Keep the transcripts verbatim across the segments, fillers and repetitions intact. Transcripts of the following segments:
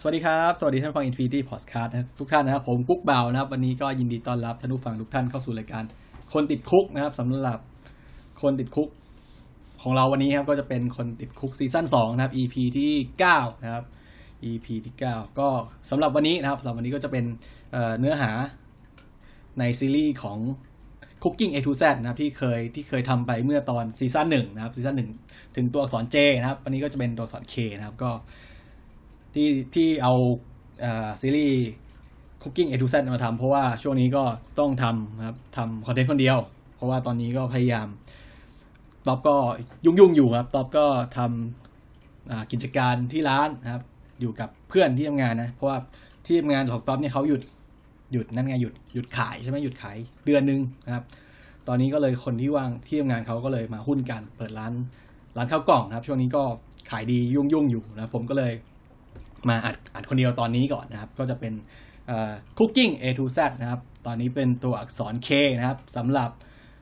วัสดีครับสวัสดีท่านฟัง Infinity Podcast นะทุกท่านนะครับผมกุ๊กบ่าวนะครับวันนี้ก็ยินดีต้อนรับท่านผู้ฟังทุกท่านเข้าสู่รายการคนติดคุกนะครับสำหรับคนติดคุกของเราวันนี้ครับก็จะเป็นคนติดคุกซีซั่นสองนะครับ อี พี ที่เก้านะครับ อี พี ที่เก้าก็สำหรับวันนี้นะครับสำหรับวันนี้ก็จะเป็นเอ่อเนื้อหาในซีรีส์ของ Cooking A to Z นะครับที่เคยที่เคยทำไปเมื่อตอนซีซั่นหนึ่งนะครับซีซั่นหนึ่งถึงตัวอักษร J นะครับวันนี้ก็จะเป็นตัวอักษร K นะครับก็ที่ที่เอาอ่าซีรีส์ Cooking A to Z มาทำเพราะว่าช่วงนี้ก็ต้องทำนะครับทำคอนเทนต์คนเดียวเพราะว่าตอนนี้ก็พยายามต๊อบก็ยุ่งๆอยู่ครับต๊อบก็ทำกิจการที่ร้านนะครับอยู่กับเพื่อนที่ทำงานนะเพราะว่าที่ทำงานของต๊อบเนี่ยเขาหยุดหยุดนั่นไงหยุดหยุดขายใช่ไหมหยุดขายเดือนนึงนะครับตอนนี้ก็เลยคนที่ว่างที่ทำงานเขาก็เลยมาหุ้นกันเปิดร้านร้านข้าวกล่องนะครับช่วงนี้ก็ขายดียุ่งๆอยู่นะผมก็เลยมาอัดอัดคนเดียวตอนนี้ก่อนนะครับก็จะเป็นCooking A to Z นะครับตอนนี้เป็นตัวอักษร K นะครับสำหรับ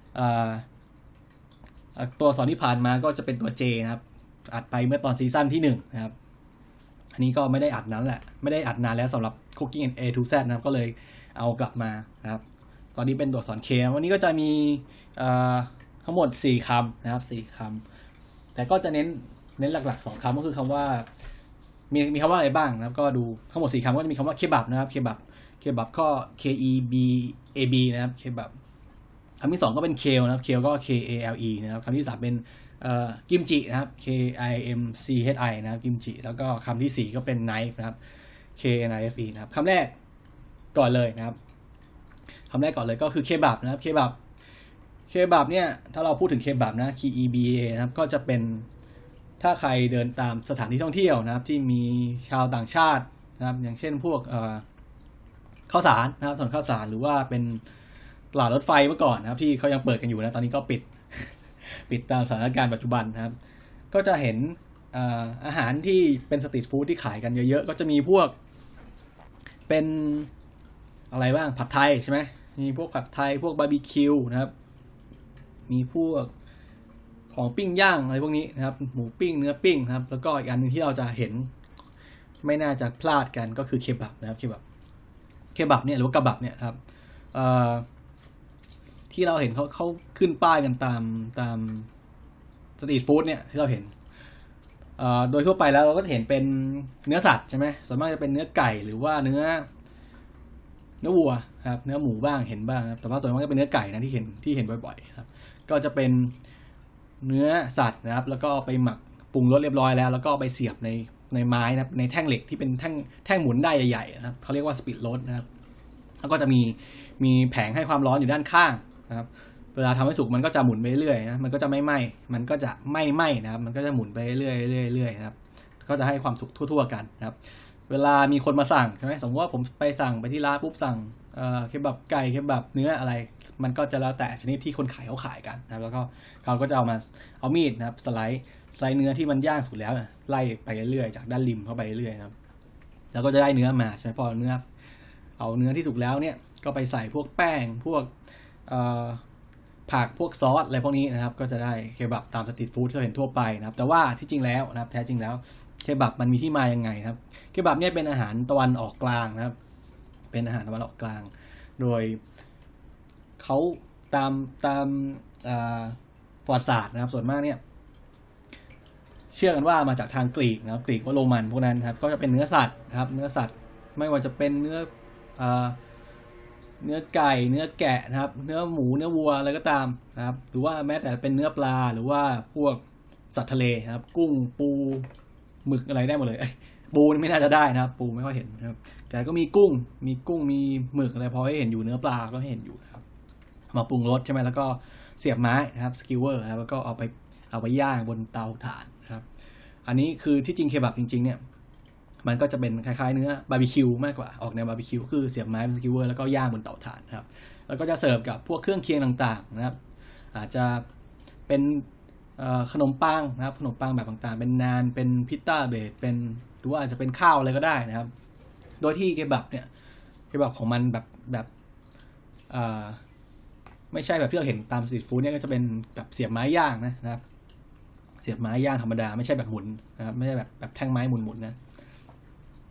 ตัวอักษรที่ผ่านมาก็จะเป็นตัว J นะครับอัดไปเมื่อตอนซีซั่นที่หนึ่งนะครับอันนี้ก็ไม่ได้อัดนั้นแหละไม่ได้อัดนานแล้วสำหรับ Cooking A to Z นะครับก็เลยเอากลับมานะครับตอนนี้เป็นตัวอักษร K วันนี้ก็จะมีทั้งหมดสี่คำนะครับสี่คำแต่ก็จะเน้นเน้นหลักๆสองคำก็คือคำว่ามีมีคำว่าอะไรบ้างนะครับก็ดูทั้งหมดสี่คำก็จะมีคำว่าเคบับนะครับเคบับเคบับก็ K E B A B นะครับเคบับคำที่สองก็เป็นเคลนะครับเคลก็ K A L E นะครับคำที่สามเป็นเอ่อกิมจินะครับ K I M C H I นะครับกิมจิแล้วก็คำที่สี่ก็เป็น knife นะครับ K N I F E นะครับคำแรกก่อนเลยนะครับคำแรกก่อนเลยก็คือเคบับนะครับเคบับเคบับเนี่ยถ้าเราพูดถึงเคบับนะ K E B A นะครับก็จะเป็นถ้าใครเดินตามสถานที่ท่องเที่ยวนะครับที่มีชาวต่างชาตินะครับอย่างเช่นพวกเอ่อข้าวสารนะครับถนนข้าวสารหรือว่าเป็นตลาดรถไฟเมื่อก่อนนะครับที่เขายังเปิดกันอยู่นะตอนนี้ก็ปิด ปิดตามสถานการณ์ปัจจุบันนะครับก็จะเห็นอ่าอาหารที่เป็นสตรีทฟู้ดที่ขายกันเยอะๆก็จะมีพวกเป็นอะไรบ้างผัดไทยใช่ไหมมีพวกผัดไทยพวกบาร์บีคิวนะครับมีพวกของปิ้งย่างอะไรพวกนี้นะครับหมูปิ้งเนื้อปิ้งนะครับแล้วก็อีกอันนึงที่เราจะเห็นไม่น่าจะพลาดกันก็คือเคบับนะครับเคบับเคบับเนี่ยหรือว่ากะบับเนี่ยครับที่เราเห็นเขาเขาขึ้นป้ายกันตามตามสตรีทฟู้ดเนี่ยที่เราเห็นโดยทั่วไปแล้วเราก็เห็นเป็นเนื้อสัตว์ใช่ไหมส่วนมากจะเป็นเนื้อไก่หรือว่าเนื้อเนื้อวัวครับเนื้อหมูบ้างเห็นบ้างครับแต่ว่าส่วนมากจะเป็นเนื้อไก่นะที่เห็นที่เห็นบ่อยๆครับก็จะเป็นเนื้อสัตว์นะครับแล้วก็ไปหมักปรุงรสเรียบร้อยแล้วแล้วก็ไปเสียบในในไม้นะครับในแท่งเหล็กที่เป็นแท่งแท่งหมุนได้ใหญ่ๆนะครับเขาเรียกว่าสปีดโรสนะครับแล้วก็จะมีมีแผงให้ความร้อนอยู่ด้านข้างนะครับเวลาทำให้สุกมันก็จะหมุนไปเรื่อยๆนะมันก็จะไม่ไหม้มันก็จะไม่ไหม้นะครับมันก็จะหมุนไปเรื่อยๆเรื่อยๆนะครับก็จะให้ความสุกทั่วๆกันนะครับเวลามีคนมาสั่งใช่ไหมสมมติว่าผมไปสั่งไปที่ร้านปุ๊บสั่งเอ่อเคบับไก่เคบับเนื้ออะไรมันก็จะแล้วแต่ชนิดที่คนขายเขาขายกันนะครับแล้วก็เขาก็จะเอามาเอามีดนะครับสไลด์สไลด์เนื้อที่มันย่างสุกแล้วไล่ไปเรื่อยๆจากด้านริมเข้าไปเรื่อยๆนะครับแล้วก็จะได้เนื้อมาใช่ไหมพอเนื้อเอาเนื้อที่สุกแล้วเนี่ยก็ไปใส่พวกแป้งพวกเอ่อผักพวกซอสอะไรพวกนี้นะครับก็จะได้เคบับตามสตรีทฟู้ดที่เราเห็นทั่วไปนะครับแต่ว่าที่จริงแล้วนะครับแท้จริงแล้วเคบับมันมีที่มายังไงครับเคบับเนี่ยเป็นอาหารตะวันออกกลางนะครับเป็นอาหารตะวันออกกลางโดยเขาตามตามประวัติศาสตร์นะครับส่วนมากเนี่ยเชื่อกันว่ามาจากทางกรีกนะครับกรีกว่าโรมันพวกนั้นครับก็จะเป็นเนื้อสัตว์นะครับเนื้อสัตว์ไม่ว่าจะเป็นเนื้อเนื้อไก่เนื้อแกะนะครับเนื้อหมูเนื้อวัวอะไรก็ตามนะครับหรือว่าแม้แต่เป็นเนื้อปลาหรือว่าพวกสัตว์ทะเลนะครับกุ้งปูหมึกอะไรได้หมดเลยปูไม่น่าจะได้นะครับปูไม่ค่อยเห็นนะครับแต่ก็มีกุ้งมีกุ้งมีหมึกอะไรพอให้เห็นอยู่เนื้อปลาก็เห็นอยู่ครับมาปรุงรสใช่ไหมแล้วก็เสียบไม้นะครับสกิวเวอร์นะครับแล้วก็เอาไปเอาไปย่างบนเตาถ่านนะครับอันนี้คือที่จริงเคบับจริงๆเนี่ยมันก็จะเป็นคล้ายๆเนื้อบาร์บีคิวมากกว่าออกแนวบาร์บีคิวคือเสียบไม้เป็นสกิวเวอร์แล้วก็ย่างบนเตาถ่านนะครับแล้วก็จะเสิร์ฟกับพวกเครื่องเคียงต่างๆนะครับอาจจะเป็นขนมปังนะครับขนมปังแบบต่างๆเป็นนานเป็นพิซซ่าเบสเป็นหรือว่าอาจจะเป็นข้าวอะไรก็ได้นะครับโดยที่เคบับเนี่ยเคบับของมันแบบแบบไม่ใช่แบบที่เราเห็นตามสตรีทฟู้ดเนี่ยก็จะเป็นแบบเสียบไม้ย่างนะครับเสียบไม้ย่างธรรมดาไม่ใช่แบบหมุนนะครับไม่ใช่แบบแบบแท่งไม้หมุนๆนะ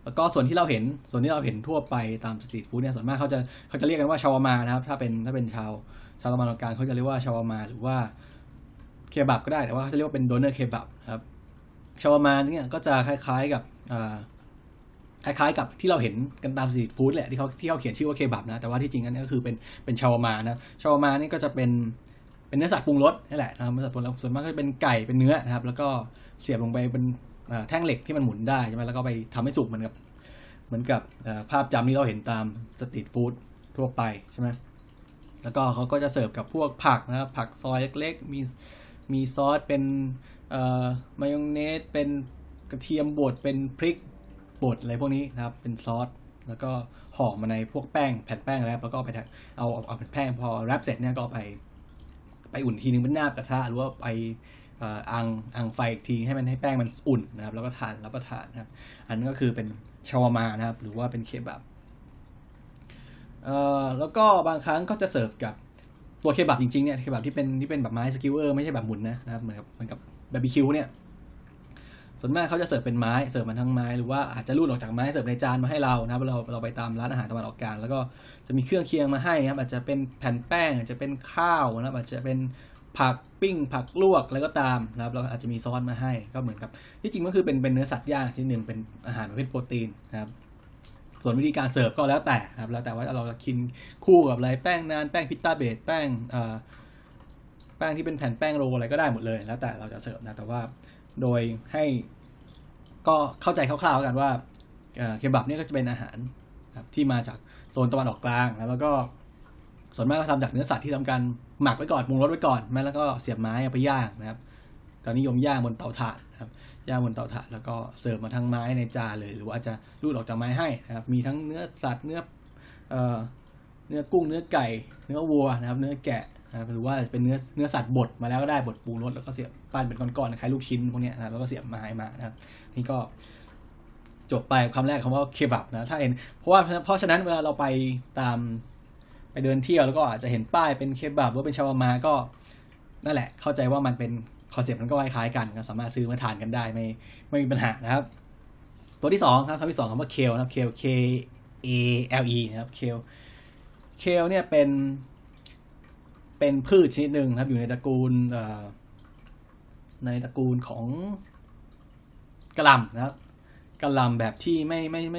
แล้วก็ส่วนที่เราเห็นส่วนที่เราเห็นทั่วไปตามสตรีทฟู้ดเนี่ยส่วนมากเขาจะเขาจะเรียกกันว่าชาวามานะครับถ้าเป็นถ้าเป็นชาวชาวตะวันออกกลางเขาจะเรียกว่าชาวามาหรือว่าเคบับก็ได้แต่ว่าเขาจะเรียกว่าเป็นโดเนอร์เคบับครับชาวามาเนี่ยก็จะคล้ายๆกับคล้ายๆกับที่เราเห็นกันตามสตรีทฟู้ดแหละที่เขาที่เขาเขียนชื่อว่าเคบับนะแต่ว่าที่จริงอันนี้ก็คือเป็นเป็นชาวามานะชาวามานี่ก็จะเป็นเป็นเนื้อสัตว์ปรุงรสนี่แหละนะครับเนื้อสัตว์ปรุงรสส่วนมากก็จะเป็นไก่เป็นเนื้อนะครับแล้วก็เสียบลงไปเป็นแท่งเหล็กที่มันหมุนได้ใช่ไหมแล้วก็ไปทำให้สุกเหมือนกับเหมือนกับภาพจำที่เราเห็นตามสตรีทฟู้ดทั่วไปใช่ไหมแล้วก็เขาก็จะเสิร์ฟกับพวกผักนะครับผักซอยเล็กๆมีมีซอสเป็นมายองเนสเป็นกระเทียมบดเป็นพริกบดอะไรพวกนี้นะครับเป็นซอสแล้วก็ห่อมาในพวกแป้งแผ่นแป้งแรปแล้วก็ไปเอาเอาเป็นแป้งพอแรปเสร็จเนี่ยก็ไปไปอุ่นทีนึงเป็นหน้ากระทะหรือว่าไปอังอังไฟอีกทีให้มันให้แป้งมันอุ่นนะครับแล้วก็ทานรับประทานนะครับอันนั้นก็คือเป็นชาวามานะครับหรือว่าเป็นเคบับเอ่อแล้วก็บางครั้งก็จะเสิร์ฟกับตัวเคบับจริงๆเนี่ยเคบับที่เป็นที่เป็นแบบไม้สกิวเออร์ไม่ใช่แบบหมุนนะนะครับเหมือนกับเหมือนกับบาร์บีคิวเนี่ยส่วนมากเขาจะเสิร์ฟเป็นไม้เสิร์ฟมันทั้งไม้หรือว่าอาจจะรูดออกจากไม้เสิร์ฟในจานมาให้เรานะครับเราเราไปตามร้านอาหารตะวันออกกลางแล้วก็จะมีเครื่องเคียงมาให้ครับอาจจะเป็นแผ่นแป้งอาจจะเป็นข้าวนะครับอาจจะเป็นผักปิ้งผักลวกอะไรก็ตามนะครับเราอาจจะมีซอสมาให้ก็เหมือนกับที่จริงก็คือเป็นเป็นเนื้อสัตว์ย่างชนิดหนึ่งเป็นอาหารประเภทโปรตีนนะครับส่วนวิธีการเสิร์ฟก็แล้วแต่นะครับแล้วแต่ว่าเราจะกินคู่กับอะไรแป้งนานแป้งพิตต้าเบสแป้งเอ่อแป้งที่เป็นแผ่นแป้งโรลอะไรก็ได้หมดเลยแล้วแต่เราจะเสิร์ฟนะแต่ว่าโดยให้ก็เข้าใจคร่าวๆกันว่าเคบับเนี่ยก็จะเป็นอาหารที่มาจากโซนตะวันออกกลางแล้วก็ส่วนมากก็ทำจากเนื้อสัตว์ที่ทำการหมักไว้ก่อนปรุงรสไว้ก่อนแม้แล้วก็เสียบไม้เอาไปย่างนะครับตอนนิยมย่างบนเตาถ่านนะครับย่างบนเตาถ่านแล้วก็เสิร์ฟมาทั้งไม้ในจานเลยหรือว่าอาจจะรูดออกจากไม้ให้นะครับมีทั้งเนื้อสัตว์เนื้อเอ่อเนื้อกุ้งเนื้อไก่เนื้อวัวนะครับเนื้อแกะนะครับหรือว่าเป็นเนื้อเนื้อสัตว์บดมาแล้วก็ได้บดปรุงรสแล้วก็เสียบปั้นเป็นก้อนๆคล้ายลูกชิ้นพวกนี้นะครับแล้วก็เสียบไม้มานะครับนี่ก็จบไปคำแรกคำว่าเคบับนะถ้าเห็นเพราะว่าเพราะฉะนั้นเวลาเราไปตามไปเดินเที่ยวแล้วก็อาจจะเห็นป้ายเป็นเคบับหรือเป็นชาวามาก็นั่นแหละเข้าใจว่ามันเป็นคอนเซ็ปต์มันก็คล้ายๆกันก็สามารถซื้อมาทานกันได้ไม่ไม่มีปัญหานะครับตัวที่สองครับคำที่สองคำว่าเคลนะครับเคล K A L E นะครับเคลเคลเนี่ยเป็นเป็นพืชชนิดหนึ่งครับอยู่ในตระกูลในตระกูลของกระหล่ำนะครับกระหล่ำแบบที่ไม่ไม่ไม่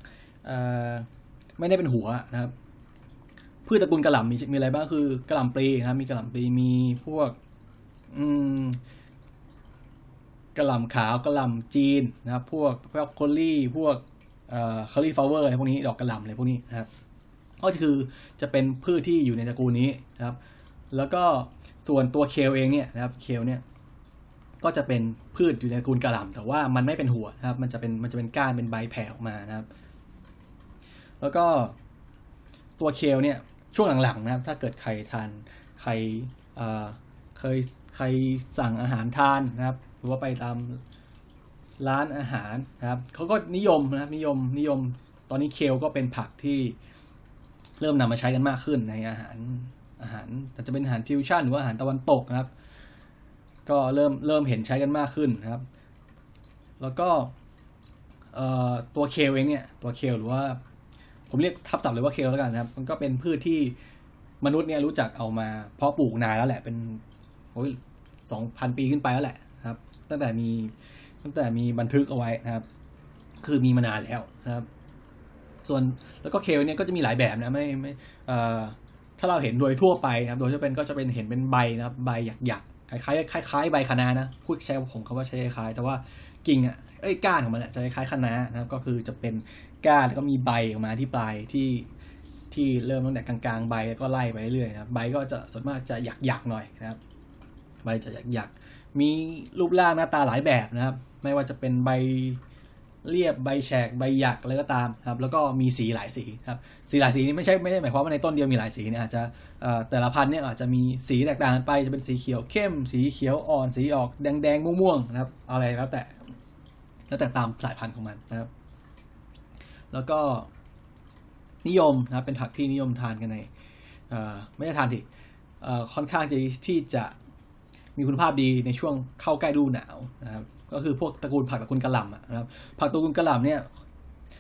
ไม่ได้เป็นหัวนะครับพืชตระกูลกระหล่ำมีมีอะไรบ้างคือกระหล่ำปลีนะครับมีกระหล่ำปลีมีพวกอืมกระหล่ำขาวกระหล่ำจีนนะครับพวกพวกโคลี่พวกเอ่อคอลลี่ฟลาวเวอร์อะไรพวกนี้ดอกกระหล่ำอะไรพวกนี้นะครับก็คือจะเป็นพืชที่อยู่ในตระกูลนี้นะครับแล้วก็ส่วนตัวเคลเองเนี่ยนะครับเคลเนี่ยก็จะเป็นพืชอยู่ในตระกูลกระหล่ำแต่ว่ามันไม่เป็นหัวนะครับมันจะเป็นมันจะเป็นก้านเป็นใบแผ่ออกมานะครับแล้วก็ตัวเคลเนี่ยช่วงหลังๆนะครับถ้าเกิดใครทานใครเอ่อเคยใครสั่งอาหารทานนะครับหรือว่าไปตามร้านอาหารนะครับเขาก็นิยมนะครับนิยมนิยมตอนนี้เคลก็เป็นผักที่เริ่มนำมาใช้กันมากขึ้นในอาหารอาหารอาจจะเป็นอาหารฟิวชั่นหรือว่าอาหารตะวันตกนะครับก็เริ่มเริ่มเห็นใช้กันมากขึ้นนะครับแล้วก็ตัวเคลเองเนี่ยตัวเคลหรือว่าผมเรียกทับศัพท์เลยว่าเคลแล้วกันนะครับมันก็เป็นพืชที่มนุษย์เนี่ยรู้จักเอามาเพาะปลูกนานแล้วแหละเป็นโอ้ยสองพันปีขึ้นไปแล้วแหละครับตั้งแต่มีตั้งแต่มีบันทึกเอาไว้นะครับคือมีมานานแล้วนะครับส่วนแล้วก็เคลเนี่ยก็จะมีหลายแบบนะไม่ไม่ถ้าเราเห็นโดยทั่วไปนะครับโดยทั่วไปก็จะเป็นเห็นเป็นใบนะครับใบหยักๆคล้ายๆคล้ายๆใบคะน้านะพูดใช้ผมคำว่าใช้คล้ายแต่ว่ากิ่งอ่ะเอ้ยก้านของมันจะคล้ายๆคะน้านะครับก็คือจะเป็นก้านแล้วก็มีใบออกมาที่ปลายที่ที่เริ่มตั้งแต่กลางๆใบแล้วก็ไล่ไปเรื่อยๆนะครับใบก็จะส่วนมากจะหยักๆหน่อยนะครับใบจะหยักๆมีรูปร่างหน้าตาหลายแบบนะครับไม่ว่าจะเป็นใบเรียบใบแฉกใบหยักอะไรก็ตามครับแล้วก็มีสีหลายสีครับสีหลายสีนี้ไม่ใช่ไม่ได้หมายความว่าในต้นเดียวมีหลายสีเนี่ยอาจจะแต่ละพันธุ์เนี่ยอาจจะมีสีแตกต่างกันไปจะเป็นสีเขียวเข้มสีเขียวอ่อนสีออกแดงๆม่วงๆนะครับอะไรแล้วแต่แล้วแต่ตามสายพันธุ์ของมันนะครับแล้วก็นิยมนะครับเป็นผักที่นิยมทานกันในไม่ใช่ทานที่ค่อนข้างจะที่จะมีคุณภาพดีในช่วงเข้าใกล้ฤดูหนาวนะครับก็คือพวกตระกูลผักตระกูลกระหล่ำนะครับผักตระกูลกระหล่ำเนี่ย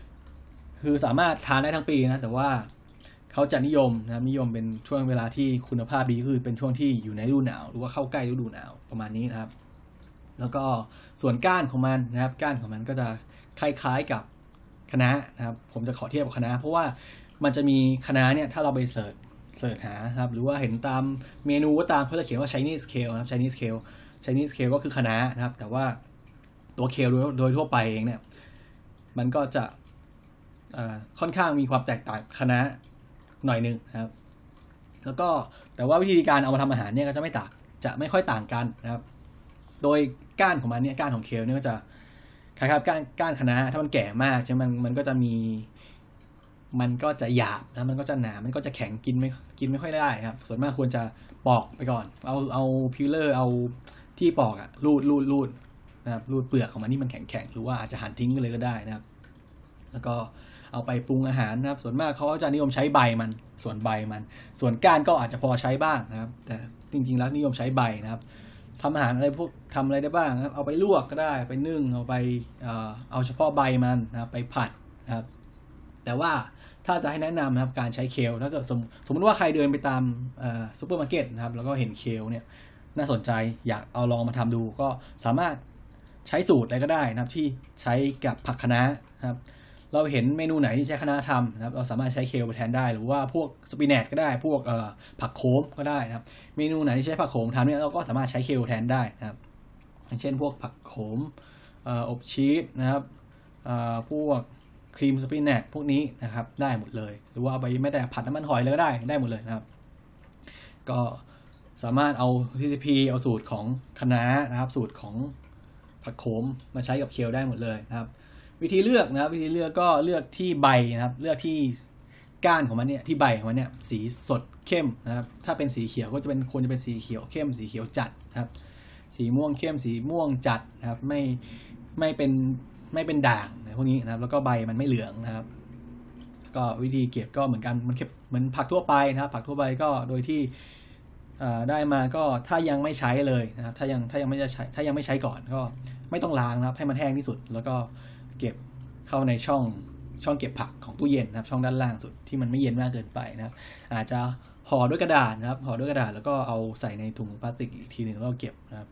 คือสามารถทานได้ทั้งปีนะแต่ว่าเขาจะนิยมนะครับนิยมเป็นช่วงเวลาที่คุณภาพดีคือเป็นช่วงที่อยู่ในฤดูหนาวหรือว่าเข้าใกล้ฤดูหนาวประมาณนี้นะครับแล้วก็ส่วนก้านของมันนะครับก้านของมันก็จะคล้ายๆกับคะน้านะครับผมจะขอเทียบกับคะน้าเพราะว่ามันจะมีคะน้าเนี่ยถ้าเราไปเสิร์ชเสิร์ชหาครับหรือว่าเห็นตามเมนูก็ตามเขาจะเขียนว่า Chinese kale นะครับ Chinese kale Chinese kale ก็คือคะน้านะครับแต่ว่าตัวเคลโดยทั่วไปเองเนี่ยมันก็จะค่อนข้างมีความแตกต่างคะน้าหน่อยนึงนะครับแล้วก็แต่ว่าวิธีการเอามาทำอาหารเนี่ยก็จะไม่ต่างจะไม่ค่อยต่างกันนะครับโดยก้านของมันเนี่ยก้านของเคลเนี่ยก็จะคล้ายๆก้านก้านคะน้าถ้ามันแก่มากใช่ไหมมันมันก็จะมีมันก็จะหยาบนะมันก็จะหนามันก็จะแข็งกินไม่กินไม่ค่อยได้ครับส่วนมากควรจะปอกไปก่อนเอาเอาพิลเลอร์เอาที่ปอกอะรูดรูดรูดนะครับรูดเปลือกของมันนี่มันแข็งๆหรือว่าอาจจะหั่นทิ้งเลยก็ได้นะครับแล้วก็เอาไปปรุงอาหารนะครับส่วนมากเขาจะนิยมใช้ใบมันส่วนใบมันส่วนก้านก็อาจจะพอใช้บ้างนะครับแต่จริงๆแล้วนิยมใช้ใบนะครับทำอาหารอะไรพวกทำอะไรได้บ้างครับเอาไปลวกก็ได้ไปนึ่งเอาไปเอ่อเอาเฉพาะใบมันนะครับไปผัดนะครับแต่ว่าถ้าจะให้แนะนำนะครับการใช้เคลถ้าเกิดสมสมมติว่าใครเดินไปตามซูเปอร์มาร์เก็ตนะครับแล้วก็เห็นเคลเนี่ยน่าสนใจอยากเอาลองมาทำดูก็สามารถใช้สูตรอะไรก็ได้นะครับที่ใช้กับผักคะน้านะครับเราเห็นเมนูไหนที่ใช้คะน้าทำนะครับเราสามารถใช้เคลไปแทนได้หรือว่าพวกสปินัชก็ได้พวกผักโขมก็ได้นะครับเมนูไหนที่ใช้ผักโขมทำเนี่ยเราก็สามารถใช้เคลแทนได้นะครับอย่างเช่นพวกผักโขมอบชีสนะครับพวกครีมสปินัชพวกนี้นะครับได้หมดเลยหรือว่าเอาไปไม่แต่ผัดน้ำมันหอยเลยก็ได้ได้หมดเลยนะครับก็สามารถเอา ที ซี พี เอาสูตรของคะน้านะครับสูตรของผักโขมมาใช้กับเคลได้หมดเลยนะครับวิธีเลือกนะครับวิธีเลือกก็เลือกที่ใบนะครับเลือกที่ก้านของมันเนี่ยที่ใบของมันเนี่ยสีสดเข้มนะครับถ้าเป็นสีเขียวก็จะเป็นควรจะเป็นสีเขียวเข้มสีเขียวจัดนะครับสีม่วงเข้มสีม่วงจัดนะครับไม่ไม่เป็นไม่เป็นด่างนะพวกนี้นะครับแล้วก็ใบมันไม่เหลืองนะครับก็วิธีเก็บก็เหมือนกันมันเก็บเหมือนผักทั่วไปนะครับผักทั่วไปก็โดยที่ได้มาก็ถ้ายังไม่ใช้เลยนะครับถ้ายังถ้ายังไม่จะใช้ถ้ายังไม่ใช้ก่อนก็ไม่ต้องล้างนะครับให้มันแห้งที่สุดแล้วก็เก็บเข้าในช่องช่องเก็บผักของตู้เย็นนะครับช่องด้านล่างสุดที่มันไม่เย็นมากเกินไปนะครับอาจจะห่อด้วยกระดาษนะครับห่อด้วยกระดาษแล้วก็เอาใส่ในถุงพลาสติกอีกทีหนึ่งแล้วเก็บนะครับ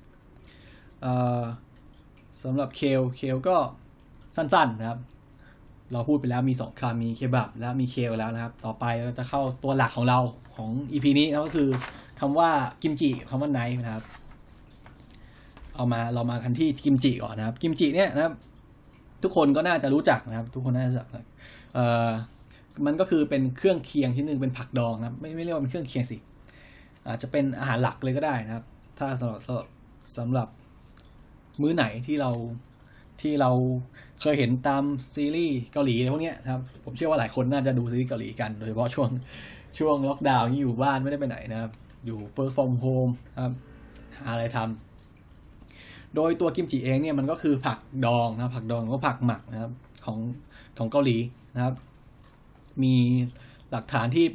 สำหรับเคลเคลก็สั้นๆนะครับเราพูดไปแล้วมีสองคำมีเคบับแล้วมีเคลแล้วนะครับต่อไปเราจะเข้าตัวหลักของเราของ อี พี นี้นะก็คือคำว่ากิมจิคำว่าไนฟ์นะครับเอามาเรามากันที่กิมจิก่อนนะครับกิมจิเนี่ยนะครับทุกคนก็น่าจะรู้จักนะครับทุกคนน่าจะรู้จักเอ่อมันก็คือเป็นเครื่องเคียงที่นึงเป็นผักดองนะครับไม่ไม่เรียกว่าเป็นเครื่องเคียงสิอาจจะเป็นอาหารหลักเลยก็ได้นะครับถ้าสำหรับสำหรับมื้อไหนที่เราที่เราเคยเห็นตามซีรีส์เกาหลีพวกนี้นะครับผมเชื่อว่าหลายคนน่าจะดูซีรีส์เกาหลีกันโดยเฉพาะช่วงช่วงล็อกดาวน์ที่อยู่บ้านไม่ได้ไปไหนนะครับอยู่ work from home ครับหาอะไรทำโดยตัวกิมจิเองเนี่ยมันก็คือผักดองนะผักดองก็ผักหมักนะครับของของเกาหลีนะครับมีหลักฐานที่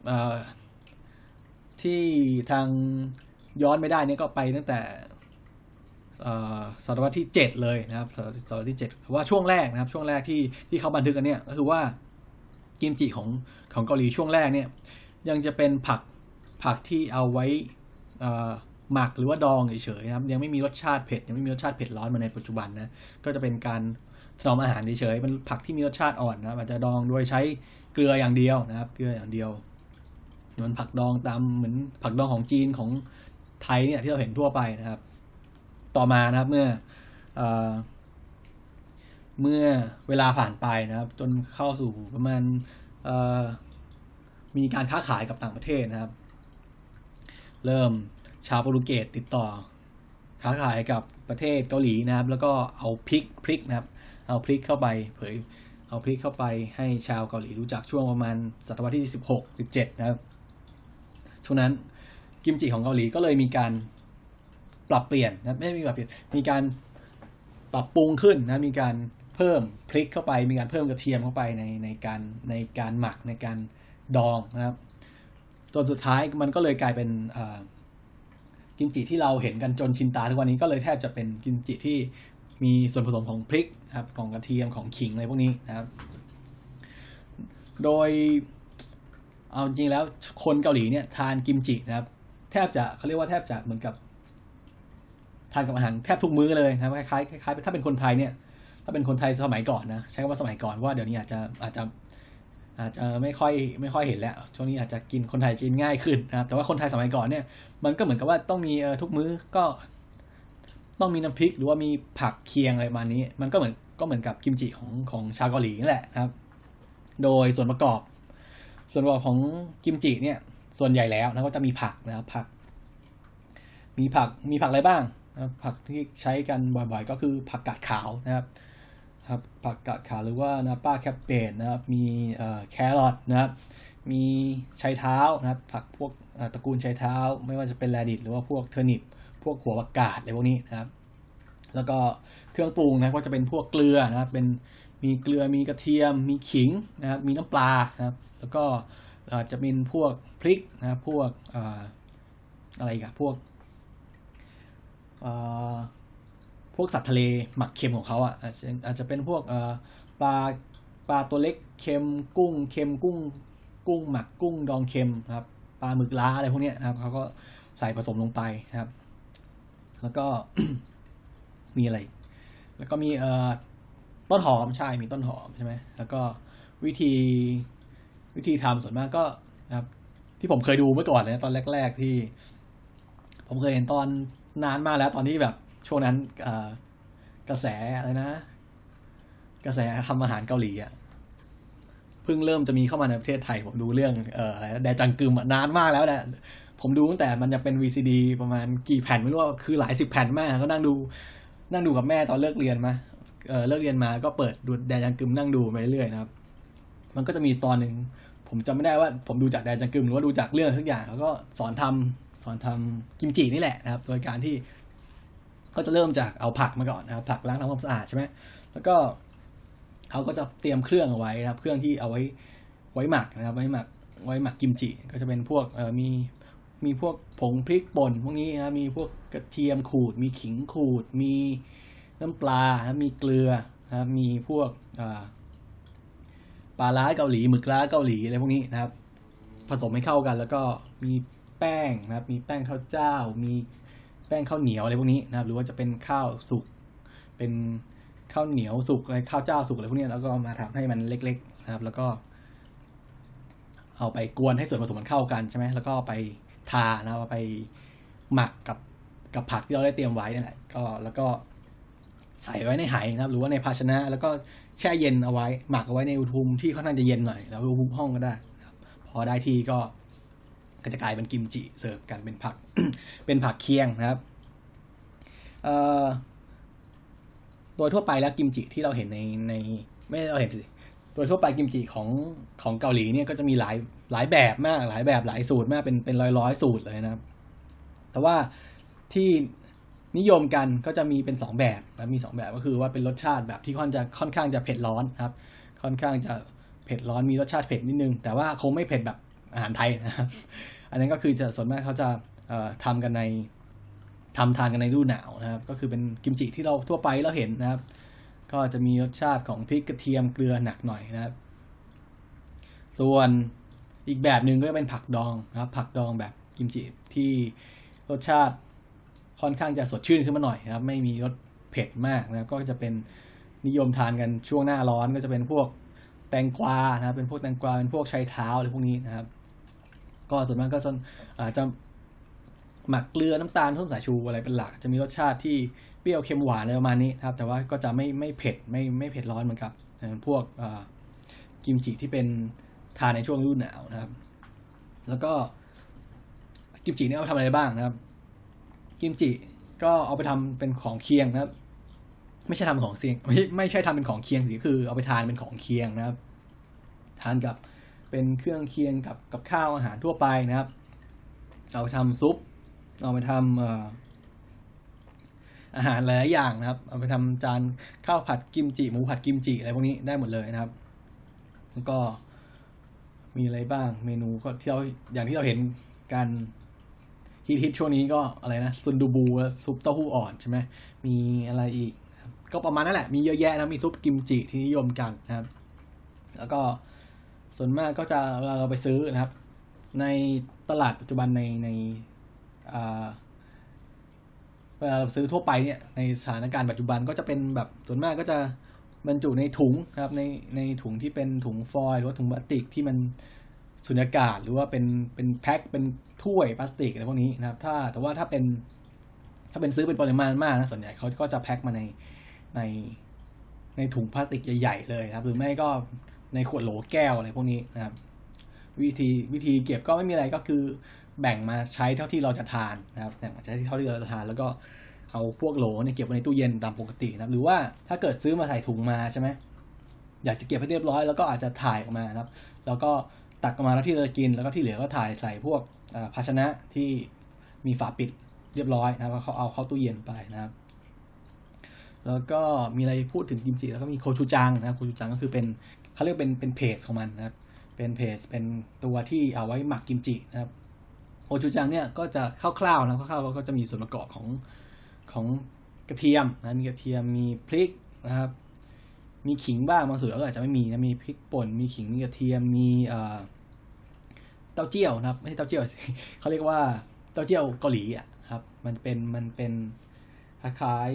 ที่ทางย้อนไม่ได้เนี่ยก็ไปตั้งแต่ศตวรรษที่เจ็ดเลยนะครับศตวรรษที่เจ็ดว่าช่วงแรกนะครับช่วงแรกที่ที่เขาบันทึกกันเนี่ยก็คือว่ากิมจิของของเกาหลีช่วงแรกเนี่ยยังจะเป็นผักผักที่เอาไว้หมักหรือว่าดองเฉยๆนะครับยังไม่มีรสชาติเผ็ดยังไม่มีรสชาติเผ็ดร้อนเหมือนในปัจจุบันนะก็จะเป็นการถนอมอาหารเฉยๆเป็นผักที่มีรสชาติอ่อนนะอาจจะดองโดยใช้เกลืออย่างเดียวนะครับเกลืออย่างเดียวเหมือนผักดองตามเหมือนผักดองของจีนของไทยเนี่ยที่เราเห็นทั่วไปนะครับต่อมานะครับเมื่อเอ่อเมื่อเวลาผ่านไปนะครับจนเข้าสู่ประมาณเอ่อมีการค้าขายกับต่างประเทศนะครับเริ่มชาวโปรตุเกสติดต่อค้าขายกับประเทศเกาหลีนะครับแล้วก็เอาพริกพริกนะครับเอาพริกเข้าไปเผยเอาพริกเข้าไปให้ชาวเกาหลีรู้จักช่วงประมาณศตวรรษที่สิบหก สิบเจ็ดนะครับช่วงนั้นกิมจิของเกาหลีก็เลยมีการปรับเปลี่ยนนะไม่มีปรับเปลี่ยนมีการปรับปรุงขึ้นนะมีการเพิ่มพริกเข้าไปมีการเพิ่มกระเทียมเข้าไปในในการในการหมักในการดองนะครับจนสุดท้ายมันก็เลยกลายเป็นกิมจิที่เราเห็นกันจนชินตาทุกวันนี้ก็เลยแทบจะเป็นกิมจิที่มีส่วนผสมของพริกครับของกระเทียมของขิงอะไรพวกนี้นะครับโดยเอาจริงแล้วคนเกาหลีเนี่ยทานกิมจินะครับแทบจะเขาเรียกว่าแทบจะเหมือนกับทานกับอาหารแทบทุกมื้อเลยนะครับคล้ายๆคล้ายๆถ้าเป็นคนไทยเนี่ยถ้าเป็นคนไทยสมัยก่อนนะใช้คำว่าสมัยก่อนว่าเดี๋ยวนี้อาจจะอาจจะอาจจะไม่ค่อยไม่ค่อยเห็นแล้วช่วงนี้อาจจะกินคนไทยจีนง่ายขึ้นนะครับแต่ว่าคนไทยสมัยก่อนเนี่ยมันก็เหมือนกับว่าต้องมีเออทุกมื้อก็ต้องมีน้ำพริกหรือว่ามีผักเคียงอะไรประมาณนี้มันก็เหมือนก็เหมือนกับกิมจิของของชาวเกาหลีนี่แหละนะครับโดยส่วนประกอบส่วนประกอบของกิมจิเนี่ยส่วนใหญ่แล้วนะก็จะมีผักนะครับผักมีผักมีผักอะไรบ้างนะผักที่ใช้กันบ่อยๆก็คือผักกาดขาวนะครับครับผักกาดขาวหรือว่านาป้าแคปเปตนะครับมีเอ่อแครอทนะครับมีไชเท้านะครับผักพวกตระกูลไชเท้าไม่ว่าจะเป็นแรดิชหรือว่าพวกเทอร์นิปพวกหัวผักกาดอะไรพวกนี้นะครับแล้วก็เครื่องปรุงนะก็จะเป็นพวกเกลือนะครับเป็นมีเกลือมีกระเทียมมีขิงนะครับมีน้ำปลานะครับแล้วก็จะเป็นพวกพริกนะครับพวกอะไรกันพวกพวกสัตว์ทะเลหมักเค็มของเขาอ่ะอาจจะเป็นพวกปลาปลาตัวเล็กเค็มกุ้งเค็มกุ้งกุ้งหมักกุ้งดองเค็มนะครับปลาหมึกล้าอะไรพวกนี้นะครับเขาก็ใส่ผสมลงไปนะครับแล้วก็ มีอะไรแล้วก็มีเอ่อต้นหอมใช่มีต้นหอมใช่ไหมแล้วก็วิธีวิธีทำส่วนมากก็นะครับที่ผมเคยดูเมื่อก่อนเลยตอนแรกๆที่ผมเคยเห็นตอนนานมากแล้วตอนที่แบบช่วงนั้นกระแสอะไรนะกระแสทำอาหารเกาหลีอ่ะเพิ่งเริ่มจะมีเข้ามาในประเทศไทยผมดูเรื่องเอ่ออะไรแดจังกึมนานมากแล้วแหละผมดูตั้งแต่มันจะเป็น วี ซี ดี ประมาณกี่แผ่นไม่รู้ว่าคือหลายสิบแผ่นมากก็นั่งดูนั่งดูกับแม่ตอนเลิกเรียนมาเออเลิกเรียนมาก็เปิดดูแดจังกึมนั่งดูไปเรื่อยๆนะครับมันก็จะมีตอนหนึ่งผมจำไม่ได้ว่าผมดูจากแดจังกึมหรือว่าดูจากเรื่องทุกอย่างแล้วก็สอนทำสอนทำกิมจินี่แหละนะครับโดยการที่ก็จะเริ่มจากเอาผักมาก่อนนะครับผักล้างทำความสะอาดใช่ไหมแล้วก็เขาก็จะเตรียมเครื่องเอาไว้นะครับเครื่องที่เอาไว้ไว้หมักนะครับไว้หมักไว้หมักกิมจิก็จะเป็นพวกเอ่อมีมีพวกผงพริกป่นพวกนี้นะมีพวกกระเทียมขูดมีขิงขูดมีน้ำปลานะมีเกลือนะมีพวกปลาล้าเกาหลีหมึกล้าเกาหลีอะไรพวกนี้นะครับผสมให้เข้ากันแล้วก็มีแป้งนะครับมีแป้งข้าวเจ้ามีแป้งข้าวเหนียวอะไรพวกนี้นะครับหรือว่าจะเป็นข้าวสุกเป็นข้าวเหนียวสุกอะไรข้าวเจ้าสุกอะไรพวกนี้แล้วก็มาทำให้มันเล็กๆนะครับแล้วก็เอาไปกวนให้ส่วนผสมมันเข้ากันใช่ไหมแล้วก็ไปทานะเอาไปหมักกับกับผักที่เราได้เตรียมไว้นั่นแหละก็แล้วก็ใส่ไว้ในไหนะครับหรือว่าในภาชนะแล้วก็แช่เย็นเอาไว้หมักเอาไว้ในอุณหภูมิที่ค่อนข้างจะเย็นหน่อยแล้วอุณหภูมิห้องก็ได้พอได้ที่ก็ก็จะกลายเป็นกิมจิเสิร์ฟกันเป็นผัก เป็นผักเคียงนะครับเอ่อโดยทั่วไปแล้วกิมจิที่เราเห็นในในไม่เราเห็นสิโดยทั่วไปกิมจิของของเกาหลีเนี่ยก็จะมีหลายหลายแบบมากหลายแบบหลายสูตรมากเป็นเป็นร้อยร้อยสูตรเลยนะครับแต่ว่าที่นิยมกันก็จะมีเป็นสองแบบนะมีสองแบบก็คือว่าเป็นรสชาติแบบที่ค่อนจะค่อนข้างจะเผ็ดร้อนครับค่อนข้างจะเผ็ดร้อนมีรสชาติเผ็ดนิดนึงแต่ว่าคงไม่เผ็ดแบบอาหารไทยนะครับอันนั้นก็คือจะส่วนมากเขาจะเอ่อทำกันในทำทานกันในฤดูหนาวนะครับก็คือเป็นกิมจิที่เราทั่วไปเราเห็นนะครับก็จะมีรสชาติของพริกกระเทียมเกลือหนักหน่อยนะครับส่วนอีกแบบหนึ่งก็จะเป็นผักดองนะครับผักดองแบบกิมจิที่รสชาติค่อนข้างจะสดชื่นขึ้นมาหน่อยนะครับไม่มีรสเผ็ดมากนะครับก็จะเป็นนิยมทานกันช่วงหน้าร้อนก็จะเป็นพวกแตงกวานะครับเป็นพวกแตงกวาเป็นพวกไชเท้าอะไรพวกนี้นะครับก็ส่วนมากก็จะอาจจะหมักเกลือน้ำตาลส้มสายชูอะไรเป็นหลักจะมีรสชาติที่เปรี้ยวเค็มหวานอะไรประมาณนี้ครับแต่ว่าก็จะไม่ไม่เผ็ดไม่ไม่เผ็ดร้อนเหมือนกับพวกกิมจิที่เป็นทานในช่วงฤดูหนาวนะครับแล้วก็กิมจินี่เอาไปทำอะไรบ้างนะครับกิมจิก็เอาไปทำเป็นของเคียงนะครับไม่ใช่ทำเป็นของเคียงไม่ไม่ใช่ทำเป็นของเคียงสิคือเอาไปทานเป็นของเคียงนะครับทานกับเป็นเครื่องเคียงกับกับข้าวอาหารทั่วไปนะครับเอาไปทำซุปเอาไปทำอาหารหลายอย่างนะครับเอาไปทำจานข้าวผัดกิมจิหมูผัดกิมจิอะไรพวกนี้ได้หมดเลยนะครับแล้วก็มีอะไรบ้างเมนูก็ที่เราอย่างที่เราเห็นการฮิตๆช่วงนี้ก็อะไรนะซุนดูบูซุปเต้าหู้อ่อนใช่ไหมมีอะไรอีกก็ประมาณนั้นแหละมีเยอะแยะนะมีซุปกิมจิที่นิยมกันนะครับแล้วก็ส่วนมากก็จะเราไปซื้อนะครับในตลาดปัจจุบันในในเวลาเราซื้อทั่วไปเนี่ยในสถานการณ์ปัจจุบันก็จะเป็นแบบส่วนมากก็จะบรรจุในถุงนะครับในในถุงที่เป็นถุงฟอยล์หรือว่าถุงพลาสติกที่มันสุญญากาศหรือว่าเป็นเป็นแพ็คเป็นถ้วยพลาสติกอะไรพวกนี้นะครับถ้าแต่ว่าถ้าเป็นถ้าเป็นซื้อเป็นปริมาณมากนะส่วนใหญ่เขาก็จะแพ็คมาในในในถุงพลาสติกใหญ่ๆเลยครับหรือไม่ก็ในขวดโหลแก้วอะไรพวกนี้นะครับวิธีวิธีเก็บก็ไม่มีอะไรก็คือแบ่งมาใช้เท่าที่เราจะทานนะครับแบ่งมาใช้เท่าที่เราจะทานแล้วก็เอาพวกโหลเนี่ยเก็บไว้ในตู้เย็นตามปกตินะครับหรือว่าถ้าเกิดซื้อมาใส่ถุงมาใช่ไหมอยากจะเก็บให้เรียบร้อยแล้วก็อาจจะถ่ายออกมานะครับแล้วก็ตักออกมาแล้วที่เราจะกินแล้วก็ที่เหลือก็ถ่ายใส่พวกภาชนะที่มีฝาปิดเรียบร้อยนะครับเขาเอาเข้าตู้เย็นไปนะครับแล้วก็มีอะไรพูดถึงกิมจิแล้วก็มีโคชูจังนะครับโคชูจังก็คือเป็นเขาเรียกเป็นเป็นเพจของมันนะครับเป็นเพจเป็นตัวที่เอาไว้หมักกิมจินะครับโคชูจังเนี่ยก็จะคร่าวๆนะคร่าวๆก็จะมีส่วนประกอบของของกระเทียมนะมีกระเทียมมีพริกนะครับมีขิงบ้างบางส่วนก็อาจจะไม่มีนะมีพริกป่นมีขิงมีกระเทียมมีเอ่อเต้าเจี้ยวนะครับไม่ใช่เต้าเจี้ยวเขาเรียกว่าเต้าเจี้ยวเกาหลีอ่ะครับมันเป็นมันเป็นคล้าย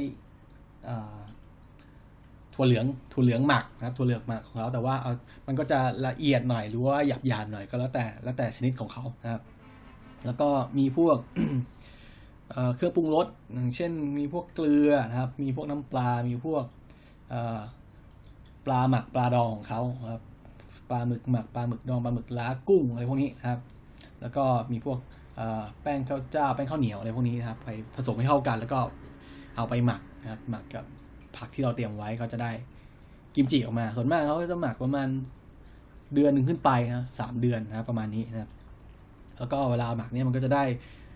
ๆถั่วเหลืองถั่วเหลืองหมักนะครับถั่วเหลืองหมักของเขาแต่ว่าเอามันก็จะละเอียดหน่อยหรือว่าหยาบหยาบหน่อยก็แล้วแต่แล้วแต่ชนิดของเขานะครับแล้วก็มีพวก เครื่องปรุงรสอย่างเช่นมีพวกเกลือนะครับมีพวกน้ำปลามีพวกปลาหมักปลาดองของเขาครับปลาหมึกหมักปลาหมึกดองปลาหมึกล้ากุ้งอะไรพวกนี้นะครับแล้วก็มีพวกแป้งข้าวเจ้าแป้งข้าวเหนียวอะไรพวกนี้นะครับไปผสมให้เข้ากันแล้วก็เอาไปหมักนะครับหมักกับผักที่เราเตรียมไว้ก็จะได้กิมจิออกมาส่วนมากเขาจะหมักประมาณเดือนหนึ่งขึ้นไปนะสามเดือนนะครับประมาณนี้นะครับแล้วก็เวลาหมักเนี่ยมันก็จะได้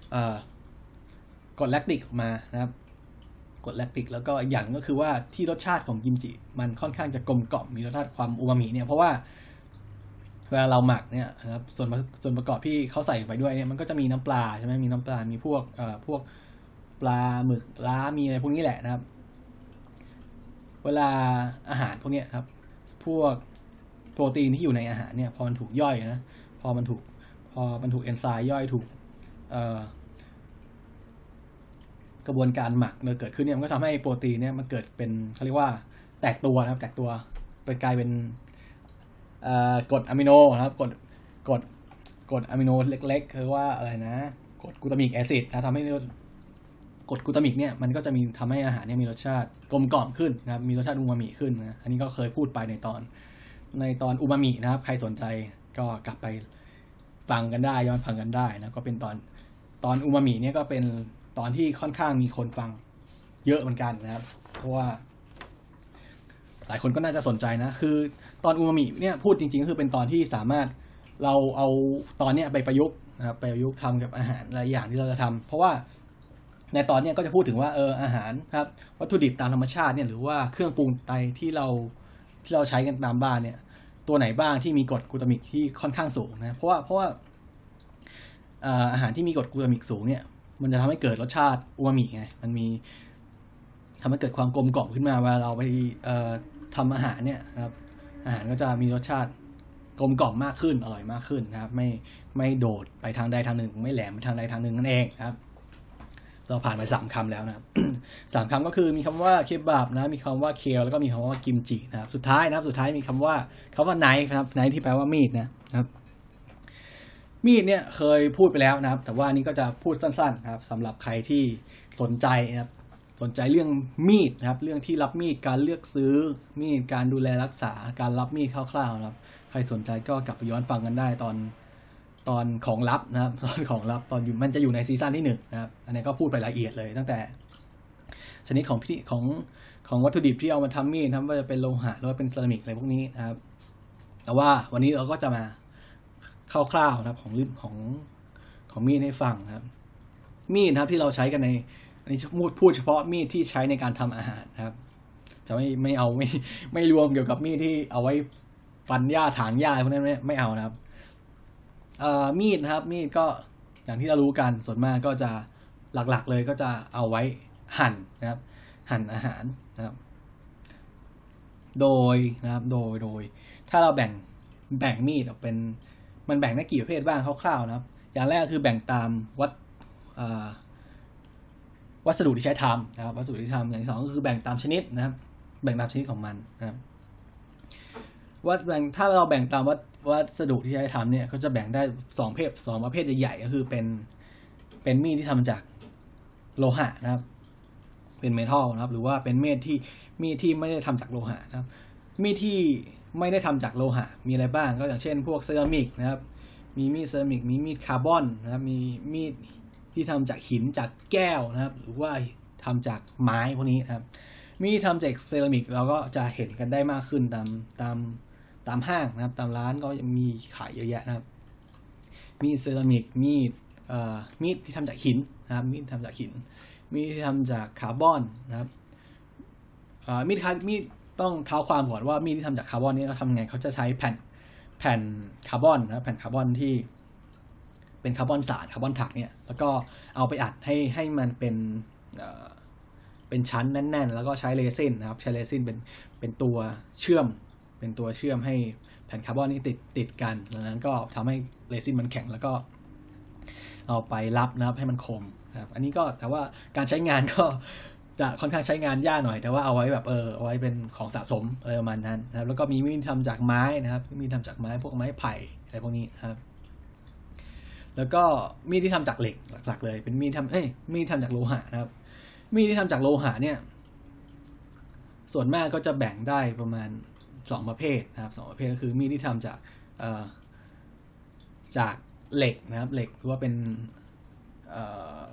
กรดแลคติกออกมานะครับกรดแลคติกแล้วก็อีกอย่างก็คือว่าที่รสชาติของกิมจิมันค่อนข้างจะกลมกล่อมมีรสชาติความอูมามิเนี่ยเพราะว่าเวลาเราหมักเนี่ยนะครับส่วนส่วนประกอบที่เขาใส่ไปด้วยเนี่ยมันก็จะมีน้ำปลาใช่ไหมมีน้ำปลามีพวกเอ่อพวกปลาหมึกล้ามีอะไรพวกนี้แหละนะครับเวลาอาหารพวกนี้ครับพวกโปรตีนที่อยู่ในอาหารเนี่ยพอมันถูกย่อยนะพอมันถูกพอมันถูกเอนไซม์ย่อยถูกเอ่อกระบวนการหมักเมื่อเกิดขึ้นเนี่ยมันก็ทำให้โปรตีนเนี่ยมันเกิดเป็นเขาเรียกว่าแตกตัวนะครับแตกตัวเป็นกลายเป็นกรดอะมิโนนะครับกรดกรดกรดอะมิโนเล็กๆคือว่าอะไรนะกรดกลูตามิกแอซิดนะทำให้กรดกลูตามิกเนี่ยมันก็จะมีทำให้อาหารเนี่ยมีรสชาติกลมกล่อมขึ้นนะครับมีรสชาติอูมามิขึ้นนะอันนี้ก็เคยพูดไปในตอนในตอนอูมามินะครับใครสนใจก็กลับไปฟังกันได้ย้อนฟังกันได้นะก็เป็นตอนตอนอูมามิเนี่ยก็เป็นตอนที่ค่อนข้างมีคนฟังเยอะเหมือนกันนะครับเพราะว่าหลายคนก็น่าจะสนใจนะคือตอนอูมามิเนี่ยพูดจริงๆก็คือเป็นตอนที่สามารถเราเอาตอนเนี้ยไปประยุกต์นะครับไปประยุกต์ทำกับอาหารหลายอย่างที่เราจะทำเพราะว่าในตอนเนี้ยก็จะพูดถึงว่าเอออาหารครับวัตถุดิบตามธรรมชาติเนี่ยหรือว่าเครื่องปรุงไตที่เราที่เราใช้กันตามบ้านเนี่ยตัวไหนบ้างที่มีกรดกลูตามิกที่ค่อนข้างสูงนะเพราะว่าเพราะว่าอาหารที่มีกรดกลูตามิกสูงเนี่ยมันจะทำให้เกิดรสชาติอูมามิไงมันมีทำให้เกิดความกลมกล่อมขึ้นมาเวลาเราไปทำอาหารเนี่ยครับอาหารก็จะมีรสชาติกลมกล่อมมากขึ้นอร่อยมากขึ้นนะครับไม่ไม่โดดไปทางใดทางหนึ่งไม่แหลมไปทางใดทางหนึ่งนั่นเองครับเราผ่านไปสามคำแล้วนะครับ สามคำก็คือมีคำว่าเคบับนะมีคำว่าเคลแล้วก็มีคำว่ากิมจินะครับสุดท้ายนะครับสุดท้ายมีคำว่าคำว่าไนฟ์นะครับไนฟ์ที่แปลว่ามีดนะครับมีดเนี่ยเคยพูดไปแล้วนะครับแต่ว่านี่ก็จะพูดสั้นๆนะครับสำหรับใครที่สนใจนะครับสนใจเรื่องมีดนะครับเรื่องที่รับมีดการเลือกซื้อมีดการดูแลรักษาการรับมีดคร่าวๆนะครับใครสนใจก็กลับไปย้อนฟังกันได้ตอนตอนของลับนะครับตอนของลับตอนอยู่มันจะอยู่ในซีซั่นที่หนึ่งนะครับอันนี้ก็พูดไปละเอียดเลยตั้งแต่ชนิดของพิของของวัตถุดิบที่เอามาทำมีดนะครับว่าจะเป็นโลหะหรือว่าเป็นเซรามิกอะไรพวกนี้นะครับแต่ว่าวันนี้เราก็จะมาคร่าวๆนะครับของรุ่นของของมีดให้ฟังนะครับมีดนะครับที่เราใช้กันในอันนี้พูดพูดเฉพาะมีดที่ใช้ในการทำอาหารนะครับจะไม่ไม่เอาไม่ไม่รวมเกี่ยวกับมีดที่เอาไว้ฟันหญ้าถางหญ้าพวกนั้นไม่ไม่เอานะครับเอ่อมีดนะครับมีดก็อย่างที่เรารู้กันส่วนมากก็จะหลักๆเลยก็จะเอาไว้หั่นนะครับหั่นอาหารนะครับโดยนะครับโดยโดยถ้าเราแบ่งแบ่งมีดออกเป็นมันแบ่งได้กี่ประเภทบ้างคร่าวๆนะครับอย่างแรกคือแบ่งตามวัดวัสดุที่ใช้ทำนะครับวัสดุที่ทำอย่างที่สองก็คือแบ่งตามชนิดนะครับแบ่งตามชนิดของมันนะครับวัดแบ่งถ้าเราแบ่งตามวัดวัสดุที่ใช้ทำเนี่ยก็จะแบ่งได้สองประเภทสองประเภทใหญ่ๆก็คือเป็นเป็นมีดที่ทำจากโลหะนะครับเป็นเมทัลนะครับหรือว่าเป็นมีดที่มีดที่ไม่ได้ทำจากโลหะนะครับมีดที่ไม่ได้ทำจากโลหะมีอะไรบ้างก็อย่างเช่นพวกเซรามิกนะครับมีมีดเซรามิกมีมีดคาร์บอนนะครับมีมีดที่ทำจากหินจากแก้วนะครับหรือว่าทำจากไม้พวกนี้นะครับมีดทำจากเซรามิกเราก็จะเห็นกันได้มากขึ้นตามตามตามห้างนะครับตามร้านก็มีขายเยอะแยะนะครับมีดเซรามิกมีดเอ่อมีดที่ทำจากหินนะครับมีดทำจากหินมีดที่ทำจากคาร์บอนนะครับมีดมีดต้องเท้าความก่อนว่ามีดที่ทำจากคาร์บอนนี้เขาทำไงเขาจะใช้แผ่นแผ่นคาร์บอนนะแผ่นคาร์บอนที่เป็นคาร์บอนสารคาร์บอนถักเนี่ยแล้วก็เอาไปอัดให้ให้มันเป็นเอ่อเป็นชั้นแน่นๆแล้วก็ใช้เรซินนะครับใช้เรซินเป็นเป็นตัวเชื่อมเป็นตัวเชื่อมให้แผ่นคาร์บอนนี้ติดติดกันดังนั้นก็ทำให้เรซินมันแข็งแล้วก็เอาไปรับนะครับให้มันคมนะครับอันนี้ก็แต่ว่าการใช้งานก็จะค่อนข้างใช้งานยากหน่อยแต่ว่าเอาไว้แบบเออเอาไว้เป็นของสะสมอะไรประมาณนั้นนะครับแล้วก็มีมีดทำจากไม้นะครับมีดทำจากไม้พวกไม้ไผ่อะไรพวกนี้นะครับแล้วก็มีดที่ทำจากเหล็กหลักๆเลยเป็นมีดทำเอ้ยมีดทำจากโลหะนะครับมีดที่ทำจากโลหะเนี่ยส่วนมากก็จะแบ่งได้ประมาณสองประเภทนะครับสองประเภทก็คือมีดที่ทำจากเอ่อจากเหล็กนะครับเหล็กหรือว่าเป็นเอ่อ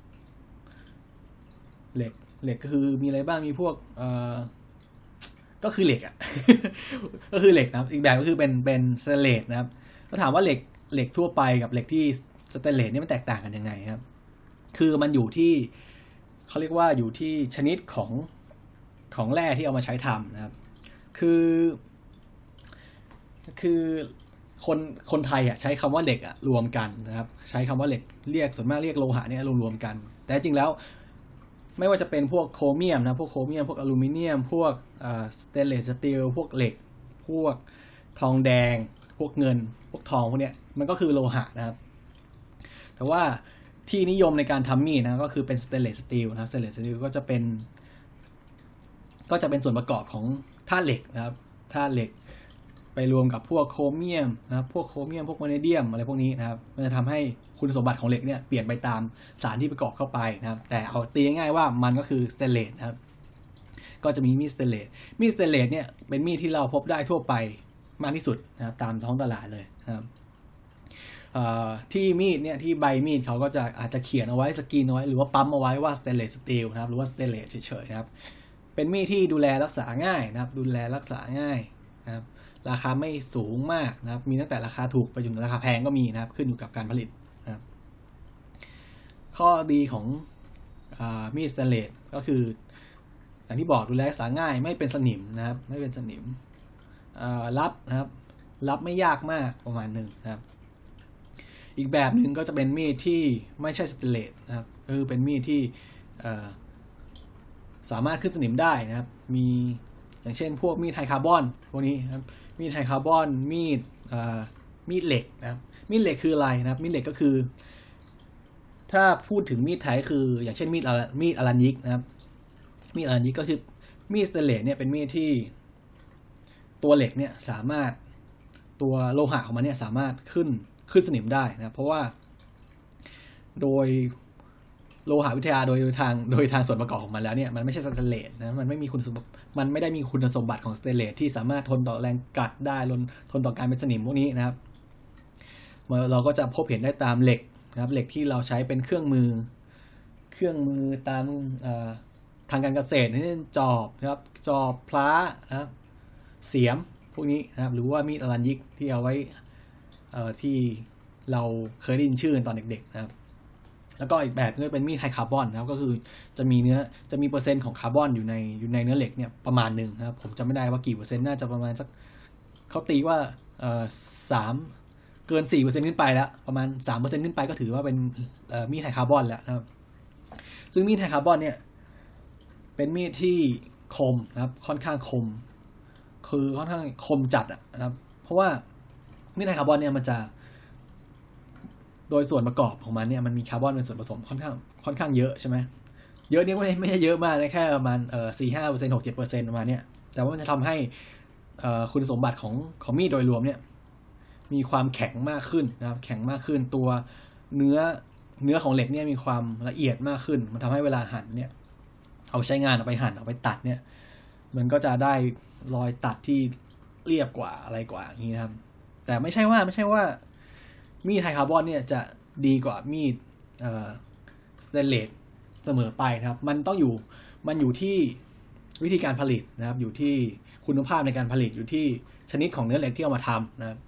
เหล็กเหล็กก็คือมีอะไรบ้างมีพวกเอ่อก็คือเหล็กอ่ะ ก็คือเหล็กนะครับอีกแบบก็คือเป็นเป็นสเตนเลสนะครับถ้าถามว่าเหล็กเหล็กทั่วไปกับเหล็กที่สเตนเลสนี่มันแตกต่างกันยังไงครับคือมันอยู่ที่เขาเรียกว่าอยู่ที่ชนิดของของแร่ที่เอามาใช้ทำนะครับคือคือคนคนไทยอ่ะใช้คำว่าเหล็กอ่ะรวมกันนะครับใช้คำว่าเหล็กเรียกส่วนมากเรียกโลหะเนี่ยรวมๆกันแต่จริงแล้วไม่ว่าจะเป็นพวกโครเมียมนะพวกโครเมียมพวกอลูมิเนียมพวกสเตนเลสสตีลพวกเหล็กพวกทองแดงพวกเงินพวกทองพวกเนี้ยมันก็คือโลหะนะครับแต่ว่าที่นิยมในการทำมีดนะก็คือเป็นสเตนเลสสตีลนะสเตนเลสสตีลก็จะเป็นก็จะเป็นส่วนประกอบของธาตุเหล็กนะครับธาตุเหล็กไปรวมกับพวกโครเมียมนะครับพวกโครเมียมพวกวานิเดียมอะไรพวกนี้นะครับมันจะทำให้คุณสมบัติของเหล็กเนี่ยเปลี่ยนไปตามสารที่ประกอบเข้าไปนะครับแต่เอาตีง่ายๆว่ามันก็คือสเตนเลสนะครับก็จะมีมีดสเตนเลสมีดสเตนเลสเนี่ยเป็นมีดที่เราพบได้ทั่วไปมากที่สุดนะครับตามท้องตลาดเลยนะครับที่มีดเนี่ยที่ใบมีดเขาก็จะอาจจะเขียนเอาไว้สกรีนเอาไว้หรือว่าปั๊มเอาไว้ว่าสเตนเลสสตีลนะครับหรือว่าสเตนเลสเฉยๆนะครับเป็นมีดที่ดูแลรักษาง่ายนะครับดูแลรักษาง่ายนะครับราคาไม่สูงมากนะครับมีตั้งแต่ราคาถูกไปจนถึงราคาแพงก็มีนะครับขึ้นอยู่กับการผลิตนะครับข้อดีของมีดสเตนเลสก็คืออย่างที่บอกดูแลรักษาง่ายไม่เป็นสนิมนะครับไม่เป็นสนิมรับนะครับรับไม่ยากมากประมาณหนึ่งนะครับอีกแบบหนึ่งก็จะเป็นมีดที่ไม่ใช่สเตนเลสนะครับคือเป็นมีดที่สามารถขึ้นสนิมได้นะครับมีอย่างเช่นพวกมีดไฮคาร์บอนพวกนี้นะครับมีดไฮคาร์บอนมีดมีดเหล็กนะครับมีดเหล็กคืออะไรนะครับมีดเหล็กก็คือถ้าพูดถึงมีดไทยคืออย่างเช่นมีดมีดอลันยิกนะครับมีดอลันยิกก็คือมีดสเตนเลสเนี่ยเป็นมีดที่ตัวเหล็กเนี่ยสามารถตัวโลหะของมันเนี่ยสามารถขึ้นขึ้นสนิมได้นะเพราะว่าโดยโลหะวิทยาโดยทางโดยทางส่วนประกอบของมันแล้วเนี่ยมันไม่ใช่สแตนเลสนะมันไม่มีคุณมันไม่ได้มีคุณสมบัติของสแตนเลสที่สามารถทนต่อแรงกัดได้ทนทนต่อการเป็นสนิมพวกนี้นะครับเราก็จะพบเห็นได้ตามเหล็กนะครับเหล็กที่เราใช้เป็นเครื่องมือเครื่องมือตามทางการเกษตรเช่นจอบนะครับจอบพล้านะครับเสียมพวกนี้นะครับหรือว่ามีดอลันยิกที่เอาไว้ที่เราเคยได้ยินชื่อตอนเด็กๆนะครับแล้วก็อีกแบบนึงเป็นมีดไฮคาร์บอนนะครับก็คือจะมีเนื้อจะมีเปอร์เซ็นต์ของคาร์บอนอยู่ในอยู่ในเนื้อเหล็กเนี่ยประมาณหนึ่งนะครับผมจำไม่ได้ว่ากี่เปอร์เซ็นต์น่าจะประมาณสักเขาตีว่าเอ่อสามเกิน สี่เปอร์เซ็นต์ ขึ้นไปแล้วประมาณ สามเปอร์เซ็นต์ ขึ้นไปก็ถือว่าเป็นเอ่อมีดไฮคาร์บอนแล้วนะครับซึ่งมีดไฮคาร์บอนเนี่ยเป็นมีดที่คมนะครับค่อนข้างคมคือค่อนข้างคมจัดนะครับเพราะว่ามีดไทคาร์บอนเนี่ยมันจะโดยส่วนประกอบของมันเนี่ยมันมีคาร์บอนเป็นส่วนผสมค่อนข้างค่อนข้างเยอะใช่ไหมเยอะนี่ไม่ไม่ใช่เยอะมากนะแค่ประมาณเอ่อสี่ห้าเปอร์เซ็นต์หกเจ็ดเปอร์เซ็นต์ประมาณเนี้ยแต่ว่ามันจะทำให้เอ่อคุณสมบัติของของมีดโดยรวมเนี่ยมีความแข็งมากขึ้นนะครับแข็งมากขึ้นตัวเนื้อเนื้อของเหล็กเนี่ยมีความละเอียดมากขึ้นมันทำให้เวลาหั่นเนี่ยเอาใช้งานเอาไปหั่นเอาไปตัดเนี่ยมันก็จะได้รอยตัดที่เรียบกว่าอะไรกว่าอย่างนี้นะครับแต่ไม่ใช่ว่าไม่ใช่ว่ามีดไทคาร์บอนเนี่ยจะดีกว่ามีดเอ่อสเตนเลสเสมอไปนะครับมันต้องอยู่มันอยู่ที่วิธีการผลิตนะครับอยู่ที่คุณภาพในการผลิตอยู่ที่ชนิดของเนื้อเหล็กที่เอามาทำนะครับ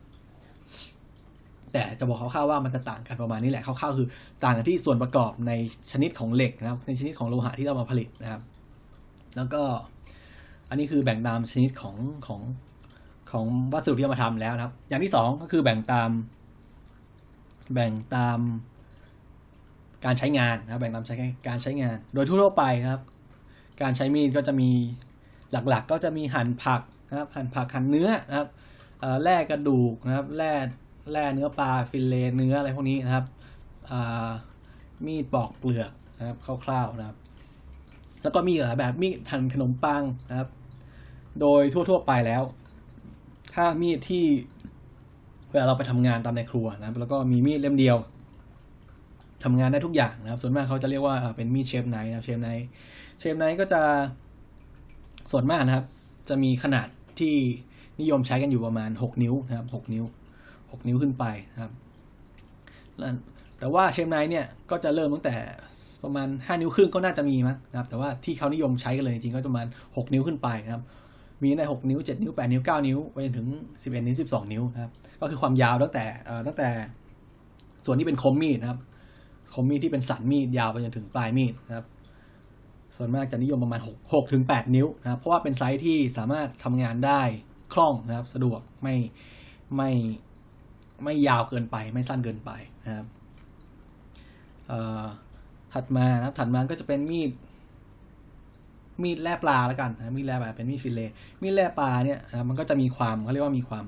แต่จะบอกคร่าวๆว่ามันจะต่างกันประมาณนี้แหละคร่าวๆคือต่างกันที่ส่วนประกอบในชนิดของเหล็กนะครับในชนิดของโลหะที่เอามาผลิตนะครับแล้วก็อันนี้คือแบ่งตามชนิดของของของวัสดุที่เอามาทำแล้วนะครับอย่างที่สองก็คือแบ่งตามแบ่งตามการใช้งานนะครับแบ่งตามการใช้งานโดยทั่วไปนะครับการใช้มีดก็จะมีหลักๆก็จะมีหั่นผักนะครับหั่นผักหั่นเนื้อนะครับแล่กระดูกนะครับแล่แล่เนื้อปลาฟิลเลต์เนื้ออะไรพวกนี้นะครับมีดปอกเปลือกนะครับคร่าวๆนะครับแล้วก็มีหลายแบบมีดหั่นขนมปังนะครับโดยทั่วๆไปแล้วถ้ามีดที่เวลาเราไปทำงานตามในครัวนะครับแล้วก็มีมีดเล่มเดียวทำงานได้ทุกอย่างนะครับส่วนมากเขาจะเรียกว่าเป็นมีดเชฟไนฟ์นะครับเชฟไนฟ์เชฟไนฟ์ก็จะส่วนมากนะครับจะมีขนาดที่นิยมใช้กันอยู่ประมาณหกนิ้วนะครับหกนิ้วหกนิ้วขึ้นไปนะครับแต่ว่าเชฟไนฟ์เนี่ยก็จะเริ่มตั้งแต่ประมาณห้านิ้วครึ่งก็น่าจะมีมั้งนะครับแต่ว่าที่เขานิยมใช้กันเลยจริงๆก็ประมาณหกนิ้วขึ้นไปนะครับมีได้หกนิ้วเจ็ดนิ้วแปดนิ้วเก้านิ้วไปจนถึงสิบเอ็ดนิ้วสิบสองนิ้วนะครับก็คือความยาวตั้งแต่เอ่อตั้งแต่ส่วนที่เป็นคมมีดนะครับคมมีดที่เป็นสันมีดยาวไปจนถึงปลายมีดนะครับส่วนมากจะนิยมประมาณหกถึงแปดนิ้วนะครับเพราะว่าเป็นไซส์ที่สามารถทำงานได้คล่องนะครับสะดวกไม่ไม่ไม่ยาวเกินไปไม่สั้นเกินไปนะครับเอ่อถัดมานะถัดมาก็จะเป็นมีดมีดแล่ปลาแล้วกันนะมีดแล่ปลาเป็นมีดฟิลเลต์มีดแล่ปลาเนี่ยนะมันก็จะมีความเขาเรียกว่ามีความ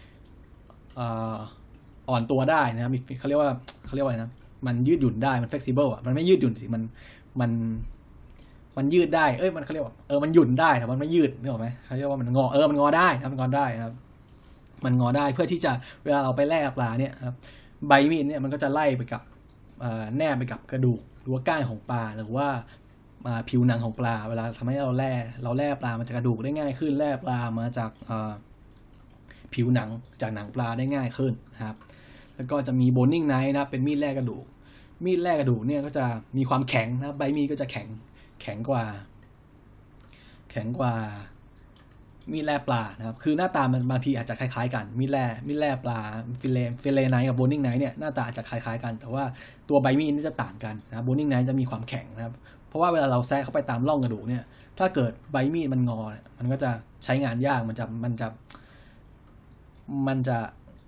อ่อนตัวได้นะครับเขาเรียกว่าเขาเรียกว่าอะไรนะมันยืดหยุ่นได้มัน flexible อ่ะมันไม่ยืดหยุ่นสิมันมันมันยืดได้เอ้ยมันเขาเรียกว่าเออมันหยุ่นได้แต่มันไม่ยืดนึกออกไหมเขาเรียกว่ามันงอเออมันงอได้นะมันงอได้นะครับมันงอได้เพื่อที่จะเวลาเราไปแล่ปลาเนี่ยครับใบมีดเนี่ยมันก็จะไล่ไปกับแนบไปกับกระดูกหรือว่าก้างของปลาหรือว่าผิวหนังของปลาเวลาทำให้เราแล่เราแล่ปลามันจะกระดูกได้ง่ายขึ้นแล่ปลามาจากผิวหนังจากหนังปลาได้ง่ายขึ้นนะครับแล้วก็จะมีโบนนิ่งไนฟ์นะเป็นมีดแล่กระดูกมีดแล่กระดูกเนี่ยก็จะมีความแข็งนะใบมีดก็จะแข็งแข็งกว่าแข็งกว่ามีดแล่ปลานะครับคือหน้าตามันบางทีอาจจะคล้ายๆกันมีดแล่มีดแล่ปลาฟิลเลฟิลเลไนฟ์กับโบนนิ่งไนฟ์เนี่ยหน้าตาอาจจะคล้ายๆกันแต่ว่าตัวใบมีดนี่จะต่างกันนะโบนนิ่งไนฟ์จะมีความแข็งนะครับเพราะว่าเวลาเราแซะเข้าไปตามร่องกระดูกเนี่ยถ้าเกิดใบมีดมันงอมันก็จะใช้งานยากมันจะมันจะมันจะ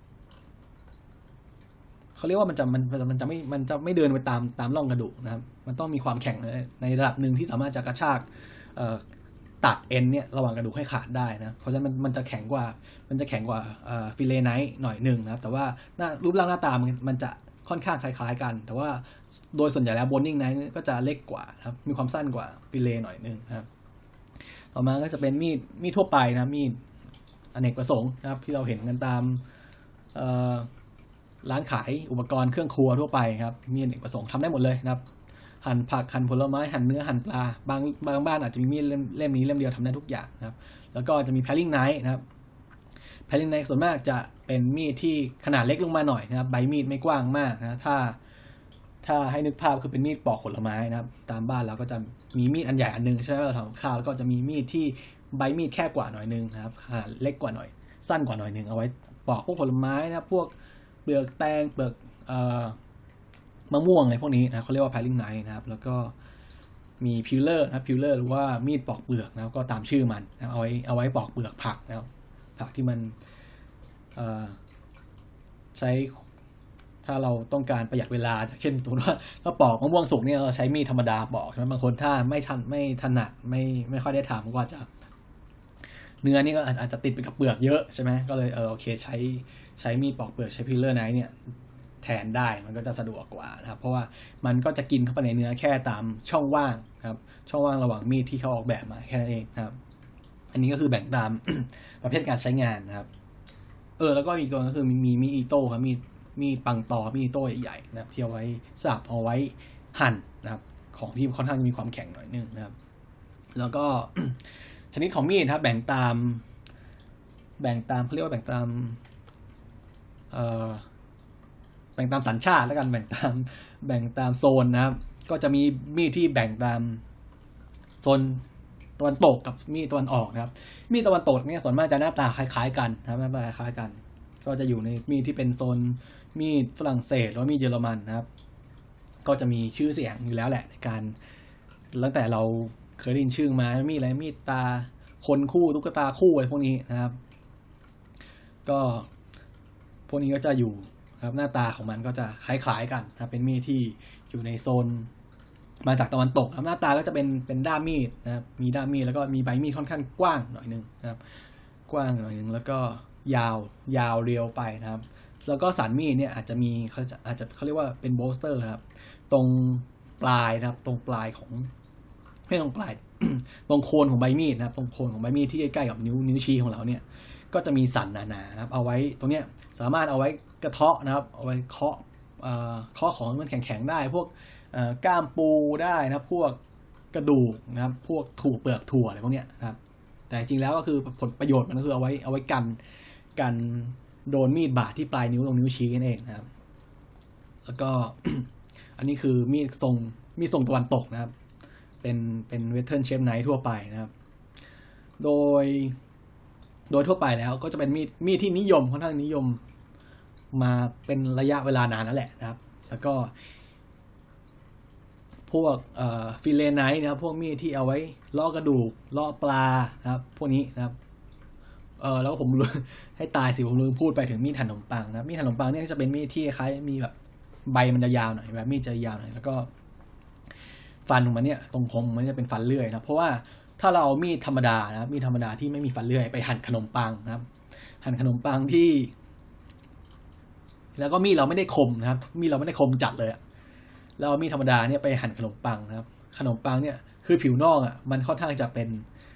เขาเรียกว่ามันจะมันมันจะไม่มันจะไม่เดินไปตามตามร่องกระดูกนะครับมันต้องมีความแข็งในระดับหนึ่งที่สามารถจะกระชากตัดเอ็นเนี่ยระหว่างกระดูกให้ขาดได้นะเพราะฉะนั้นมันมันจะแข็งกว่ามันจะแข็งกว่าฟิลเลไนท์หน่อยหนึ่งนะครับแต่ว่าหน้ารูปร่างหน้าตามันมันจะค่อนข้างคล้ายๆกันแต่ว่าโดยส่วนใหญ่แล้วโบนนิ่งไนท์ก็จะเล็กกว่าครับมีความสั้นกว่าฟิลเลหน่อยนึงนะครับต่อมาก็จะเป็นมีดมีดทั่วไปนะมีดอเนกประสงค์นะครับที่เราเห็นกันตามร้านขายอุปกรณ์เครื่องครัวทั่วไปครับมีดอเนกประสงค์ทำได้หมดเลยนะครับหั่นผักหั่นผลไม้หั่นเนื้อหั่นปลาบางบางบ้านอาจจะมีมีดเล่มนี้เล่มเดียวทำได้ทุกอย่างนะครับแล้วก็จะมี paring knife นะครับ paring knife ส่วนมากจะเป็นมีดที่ขนาดเล็กลงมาหน่อยนะครับใบมีดไม่กว้างมากนะถ้าถ้าให้นึกภาพคือเป็นมีดปอกผลไม้นะครับตามบ้านเราก็จะมีมีดอันใหญ่อันนึงใช่ไหมเราทำข้าวแล้วก็จะมีมีดที่ใบมีดแคบกว่าหน่อยนึงนะครับขนาดเล็กกว่าหน่อยสั้นกว่าหน่อยนึงเอาไว้ปอกพวกผลไม้นะครับพวกเปลือกแตงเปลือกเอ่อมะม่วงอะไรพวกนี้นะเขาเรียกว่า paring knife นะครับแล้วก็มีพิลเลอร์นะพิลเลอร์หรือว่ามีดปอกเปลือกนะก็ตามชื่อมันนะเอาไว้เอาไว้ปอกเปลือกผักนะครับผักที่มันใช้ถ้าเราต้องการประหยัดเวลาเช่นสมมติว่าเราปอกมะม่วงสุกเนี่ยเราใช้มีดธรรมดาปอกใช่ไหมบางคนถ้าไม่ทันไม่ถนัดไม่ไม่ค่อยได้ทำก็จะเนื้อนี่ก็อาจจะติดไปกับเปลือกเยอะใช่ไหมก็เลยเออโอเคใช้ใช้มีดปอกเปลือกใช้พิลเลอร์ไนฟ์เนี่ยแทนได้มันก็จะสะดวกกว่านะครับเพราะว่ามันก็จะกินเข้าไปในเนื้อแค่ตามช่องว่างครับช่องว่างระหว่างมีดที่เขาออกแบบมาแค่นั้นเองนะครับอันนี้ก็คือแบ่งตาม ประเภทการใช้งานนะครับเออแล้วก็อีกตัวก็คือมีมีมีดอิโต้ครับมีดมีดปังตอมีดอิโต้ใหญ่ๆนะครับที่เอาไว้สับเอาไว้หั่นนะครับของที่ค่อนข้างมีความแข็งหน่อยนึงนะครับแล้วก็ ชนิดของมีดครับแบ่งตามแบ่งตามเขาเรียกว่าแบ่งตามเอ่อแบ่งตามสัญชาติแล้วกันแบ่งตามแบ่งตามโซนนะครับก็จะมีมีดที่แบ่งตามโซนตะวันตกกับมีดตะวันออกนะครับมีดตะวันตกเนี่ยส่วนมากจะหน้าตาคล้ายๆกันนะครับหน้าตาคล้ายๆกันก็จะอยู่ในมีดที่เป็นโซนมีดฝรั่งเศสหรือมีดเยอรมันนะครับก็จะมีชื่อเสียงอยู่แล้วแหละในการตั้งแต่เราเคยได้ยินชื่อมามีอะไรมีดตาคนคู่ตุ๊กตาคู่อะไรพวกนี้นะครับก็พวกนี้ก็จะอยู่ครับหน้าตาของมันก็จะคล้ายๆกันนะเป็นมีดที่อยู่ในโซนมาจากตะวันตกครับหน้าตาก็จะเป็นเป็นด้ามมีดนะครับมีด้ามมีดแล้วก็มีใบมีดค่อนข้างกว้างหน่อยนึงนะครับกว้างหน่อยนึงแล้วก็ยาวยาวเรียวไปนะครับแล้วก็สันมีดเนี่ยอาจจะมีเขาจะอาจจะเขาเรียกว่าเป็นโบสเตอร์ครับตรงปลายนะครับตรงปลายของไม่ตรงปลาย ตรงโคนของใบมีดนะครับตรงโคนของใบมีดที่ใกล้ๆกับนิ้วนิ้วชี้ของเราเนี่ยก็จะมีสันหนาๆครับเอาไว้ตรงเนี้ยสามารถเอาไว้กระเทาะนะครับเอาไว้เคาะเคาะของมันแข็งๆได้พวกก้ามปูได้นะพวกกระดูกนะครับพวกถั่วเปลือกถั่วอะไรพวกเนี้ยนะครับแต่จริงแล้วก็คือผลประโยชน์มันก็คือเอาไว้เอาไว้กันกันโดนมีดบาดที่ปลายนิ้วตรงนิ้วชี้นั่นเองนะครับแล้วก็ อันนี้คือมีดทรงมีดทรงตะวันตกนะครับเป็นเป็นเวสเทิร์นเชฟไนท์ทั่วไปนะครับโดยโดยทั่วไปแล้วก็จะเป็นมีดมีดที่นิยมค่อนข้างนิยมมาเป็นระยะเวลานานแล้วแหละนะครับแล้วก็พวกเอ่อฟิเลไนท์นะครับพวกมีดที่เอาไว้ลอกกระดูกลอกปลานะครับพวกนี้นะครับเออแล้วผมให้ตายสิผมลืมพูดไปถึงมีดหั่นขนมปังนะมีดหั่นขนมปังเนี่ยจะเป็นมีดที่คล้ายมีแบบใบมันจะยาวหน่อยแบบมีดจะยาวหน่อยแล้วก็ฟันของมันเนี่ยตรงคมมันจะเป็นฟันเลื่อยนะเพราะว่าถ้าเราเอามีดธรรมดานะครับมีดธรรมดาที่ไม่มีฟันเลื่อยไปหั่นขนมปังนะครับหั่นขนมปังที่แล้วก็มีดเราไม่ได้คมนะครับมีดเราไม่ได้คมจัดเลยแล้วมีดธรรมดาเนี่ยไปหั่นขนมปังนะครับขนมปังเนี่ยคือผิวนอกอ่ะมันค่อนข้างจะเป็น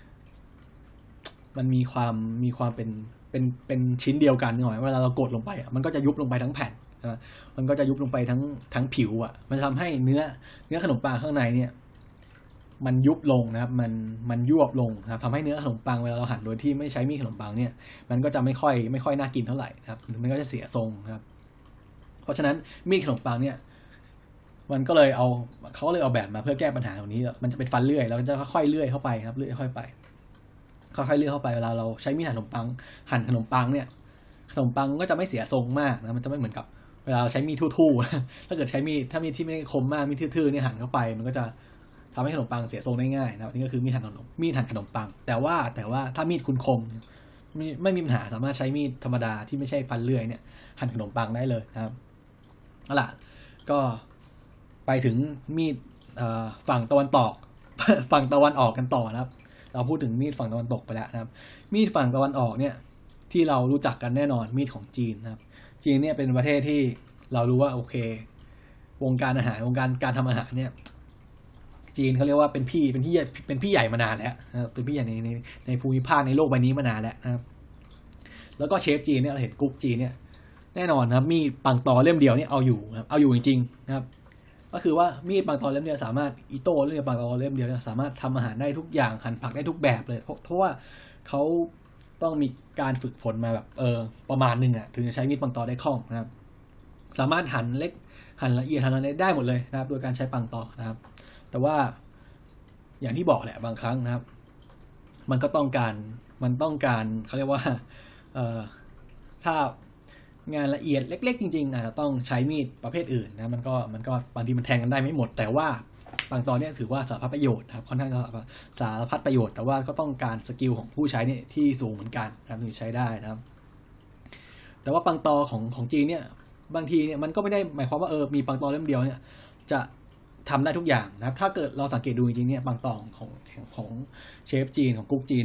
มันมีความมีความเป็นเป็นเป็นชิ้นเดียวกันหน่อยเวลาเรากดลงไปอ่ะมันก็จะยุบลงไปทั้งแผ่นนะมันก็จะยุบลงไปทั้งทั้งผิวอ่ะมันทำให้เนื้อเนื้อขนมปังข้างในเนี่ยมันยุบลงนะครับมันมันยวบลงนะครับทำให้เนื้อขนมปังเวลาเราหั่นโดยที่ไม่ใช้มีดขนมปังเนี่ยมันก็จะไม่ค่อยไม่ค่อยน่ากินเท่าไหร่นะครับมันก็จะเสียทรงนะครับเพราะฉะนั้นมีดขนมปังเนี่ยมันก็เลยเอาเขาเลยเอาแบบมาเพื่อแก้ปัญหาตรงนี้มันจะเป็นฟันเลื่อยเราจะค่อยๆเลื่อยเข้าไปครับเลื่อยค่อยไปค่อยๆเลื่อยเข้าไปเวลาเราใช้มีดหั่นขนมปังหั่นขนมปังเนี่ยขนมปังก็จะไม่เสียทรงมากนะมันจะไม่เหมือนกับเวลาเราใช้มีดทู่ๆถ้าเกิดใช้มีดถ้ามีดที่ไม่คมมากมีดทื่อๆเนี่ยหั่นเข้าไปมันก็จะทำให้ขนมปังเสียทรงได้ง่ายนะครับนี่ก็คือมีดหั่นขนมมีดหั่นขนมปังแต่ว่าแต่ว่าถ้ามีดคุณคมไม่ไม่มีปัญหาสามารถใช้มีดธรรมดาที่ไม่ใช่ฟันเลื่อยเนี่ยหั่นขนมปังได้เลยนะครับเอาล่ะก็ไปถึงมีดฝั่งตะวันตกฝั่งตะวันออกกันต่อนะครับเราพูดถึงมีดฝั่งตะวันตกไปแล้วนะครับมีดฝั่งตะวันออกเนี่ยที่เรารู้จักกันแน่นอนมีดของจีนนะครับจีนเนี่ยเป็นประเทศที่เรารู้ว่าโอเควงการอาหารวงการการทำอาหารเนี่ยจีนเขาเรียกว่าเป็นพี่เป็นพี่เป็นพี่ใหญ่มานานแล้วนะครับเป็นพี่ใหญ่ในในในภูมิภาคในโลกใบนี้มานานแล้วนะครับแล้วก็เชฟจีนเนี่ยเราเห็นกุ๊กจีนเนี่ยแน่นอนนะครับมีดปังตอเล่มเดียวเนี่ยเอาอยู่นะครับเอาอยู่จริงๆนะครับก็คือว่ามีดปังตอเล่มเดียวสามารถอิโต้เล่มปังตอเล่มเดียวเนี่ยสามารถทำอาหารได้ทุกอย่างหั่นผักได้ทุกแบบเลยเพราะเพราะว่าเขาต้องมีการฝึกฝนมาแบบเออประมาณนึงอ่ะถึงจะใช้มีดปังตอได้คล่องนะครับสามารถหั่นเล็กหั่นละเอียดหั่นอะไรได้หมดเลยนะครับโดยการใช้ปังตอนะครับแต่ว่าอย่างที่บอกแหละบางครั้งนะครับมันก็ต้องการมันต้องการเขาเรียกว่าเอ่อถ้างานละเอียดเล็กๆจริงๆอาจจะต้องใช้มีดประเภทอื่นนะมันก็มันก็บางทีมันแทงกันได้ไม่หมดแต่ว่าบางตอนนี้ถือว่าสารพัดประโยชน์ครับค่อนข้างสารพัดประโยชน์แต่ว่าก็ต้องการสกิลของผู้ใช้เนี่ยที่สูงเหมือนกันนะครับถึงใช้ได้นะครับแต่ว่าปังตอของของจีนเนี่ยบางทีเนี่ยมันก็ไม่ได้หมายความว่าเออมีปังตอเล่มเดียวเนี่ยจะทำได้ทุกอย่างนะครับถ้าเกิดเราสังเกตดูจริงๆเนี่ยปังตอของของของเชฟจีนของกุ๊กจีนเนี่ย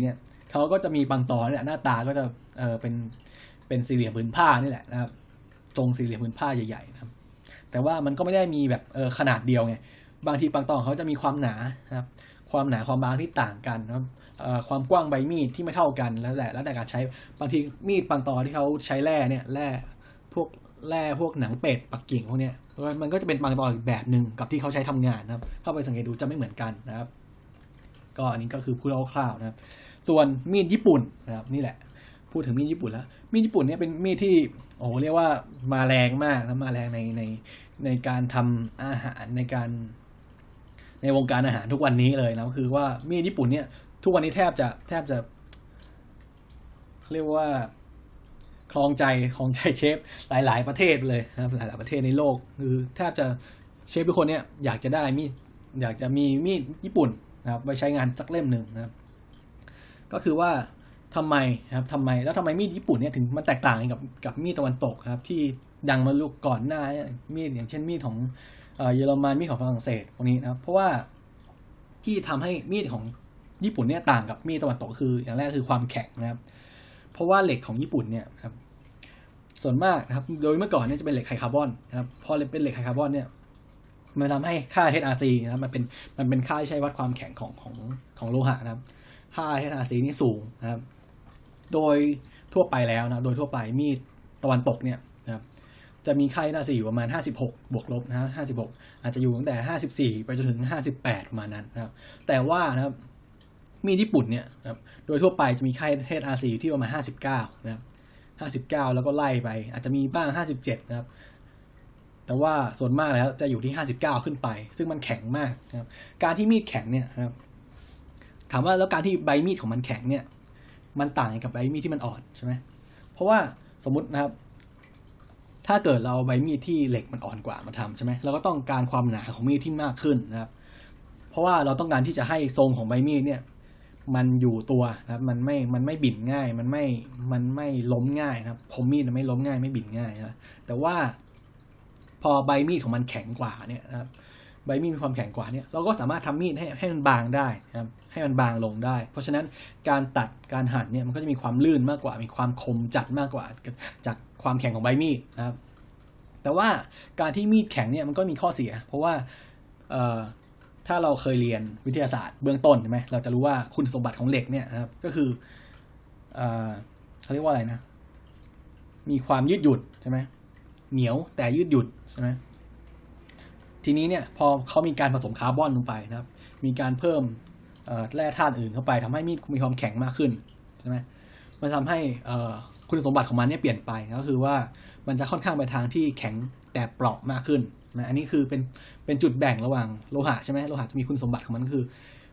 เขาก็จะมีปังตอเนี่ยหน้าตาก็จะเออเป็นเป็นสี่เหลี่ยมผืนผ้านี่แหละนะครับทรงสี่เหลี่ยมผืนผ้าใหญ่ๆนะครับแต่ว่ามันก็ไม่ได้มีแบบเออขนาดเดียวไงบางทีปังตอเขาจะมีความหนานะครับความหนาความบางที่ต่างกันนะครับความกว้างใบมีดที่ไม่เท่ากันแล้วแต่แล้วแต่การใช้บางทีมีดปังตอที่เขาใช้แร่เนี่ยแร่พวกแร่พวกหนังเป็ดปักกิ่งพวกเนี้ยมันก็จะเป็นปังตออีกแบบหนึ่งกับที่เขาใช้ทำงานนะครับเข้าไปสังเกตดูจะไม่เหมือนกันนะครับก็อันนี้ก็คือพูดคร่าวๆนะครับส่วนมีดญี่ปุ่นนะครับนี่แหละพูดถึงมีดญี่ปุ่นแล้วมีดญี่ปุ่นเนี่ยเป็นมีดที่โอ้เรียกว่ามาแรงมากนะมาแรงในในในการทำอาหารในการในวงการอาหารทุกวันนี้เลยนะคือว่ามีดญี่ปุ่นเนี่ยทุกวันนี้แทบจะแทบจะเรียกว่าคลองใจคลองใจเชฟหลายๆประเทศเลยนะครับหลายๆประเทศในโลกคือแทบจะเชฟทุกคนเนี่ยอยากจะได้มีดอยากจะมีมีดญี่ปุ่นนะครับไว้ใช้งานสักเล่มหนึ่งนะครับก็คือว่าทำไมนะครับทำไมแล้วทำไมมีดญี่ปุ่นเนี่ยถึงมันแตกต่างกับกับมีดตะวันตกครับที่ดังมาลุกก่อนหน้ามีดอย่างเช่นมีดของเยอรมันมีดของฝรั่งเศสพวกนี้นะครับเพราะว่าที่ทำให้มีดของญี่ปุ่นเนี่ยต่างกับมีดตะวันตกคืออย่างแรกคือความแข็งนะครับเพราะว่าเหล็กของญี่ปุ่นเนี่ยครับส่วนมากนะครับโดยเมื่อก่อนเนี่ยจะเป็นเหล็กไฮคาร์บอนนะครับพอเป็นเหล็กไฮคาร์บอนเนี่ยมันทำให้ค่า เอช อาร์ ซี นะครับมันเป็นมันเป็นค่าที่ใช้วัดความแข็งของของของโลหะนะครับค่า เอช อาร์ ซี นี่สูงนะครับโดยทั่วไปแล้วนะโดยทั่วไปมีดตะวันตกเนี่ยนะครับจะมีค่า เอช อาร์ ซี อยู่ประมาณห้าสิบหกบวกลบนะห้าสิบหกอาจจะอยู่ตั้งแต่ห้าสิบสี่ไปจนถึงห้าสิบแปดประมาณนั้นนะครับแต่ว่านะครับมีดญี่ปุ่นเนี่ยนะครับโดยทั่วไปจะมีค่า เอช อาร์ ซี อยู่ที่ประมาณห้าสิบเก้านะครับห้าสิบเก้าแล้วก็ไล่ไปอาจจะมีบ้างห้าสิบเจ็ดนะครับแต่ว่าส่วนมากแล้วจะอยู่ที่ห้าสิบเก้าขึ้นไปซึ่งมันแข็งมากนะครับการที่มีดแข็งเนี่ยนะครับถามว่าแล้วการที่ใบมีดของมันแข็งเนี่ยมันต่างกับใบมีดที่มันอ่อนใช่ไหมเพราะว่าสมมุตินะครับถ้าเกิดเราใบมีดที่เหล็กมันอ่อนกว่ามาทำใช่ไหมเราก็ต้องการความหนาของมีดที่มากขึ้นนะครับเพราะว่าเราต้องการที่จะให้ทรงของใบมีดเนี่ยมันอยู่ตัวนะครับมันไม่มันไม่บิ่นง่ายมันไม่มันไม่ล้มง่ายนะครับคมมีดมันไม่ล้มง่ายไม่บิ่นง่ายนะแต่ว่าพอใบมีดของมันแข็งกว่าเนี่ยนะครับใบมีดมีความแข็งกว่าเนี่ยเราก็สามารถทำมีดให้ให้มันบางได้นะครับให้มันบางลงได้เพราะฉะนั้นการตัดการหั่นเนี่ยมันก็จะมีความลื่นมากกว่ามีความคมจัดมากกว่าจากความแข็งของใบมีดนะครับแต่ว่าการที่มีดแข็งเนี่ยมันก็มีข้อเสียเพราะว่าเอ่อถ้าเราเคยเรียนวิทยาศาสตร์เบื้องต้นใช่ไหมเราจะรู้ว่าคุณสมบัติของเหล็กเนี่ยนะครับก็คือเอ่อเขาเรียกว่าอะไรนะมีความยืดหยุ่นใช่ไหมเหนียวแต่ยืดหยุ่นใช่ไหมทีนี้เนี่ยพอเขามีการผสมคาร์บอนลงไปนะครับมีการเพิ่มแร่ธาตุอื่นเข้าไปทำให้มีดมีความแข็งมากขึ้นใช่ไหมมันทำให้คุณสมบัติของมันเนี่ยเปลี่ยนไปก็คือว่ามันจะค่อนข้างไปทางที่แข็งแต่เปราะมากขึ้นนะอันนี้คือเป็นเป็นจุดแบ่งระหว่างโลหะใช่ไหมโลหะจะมีคุณสมบัติของมันก็คือ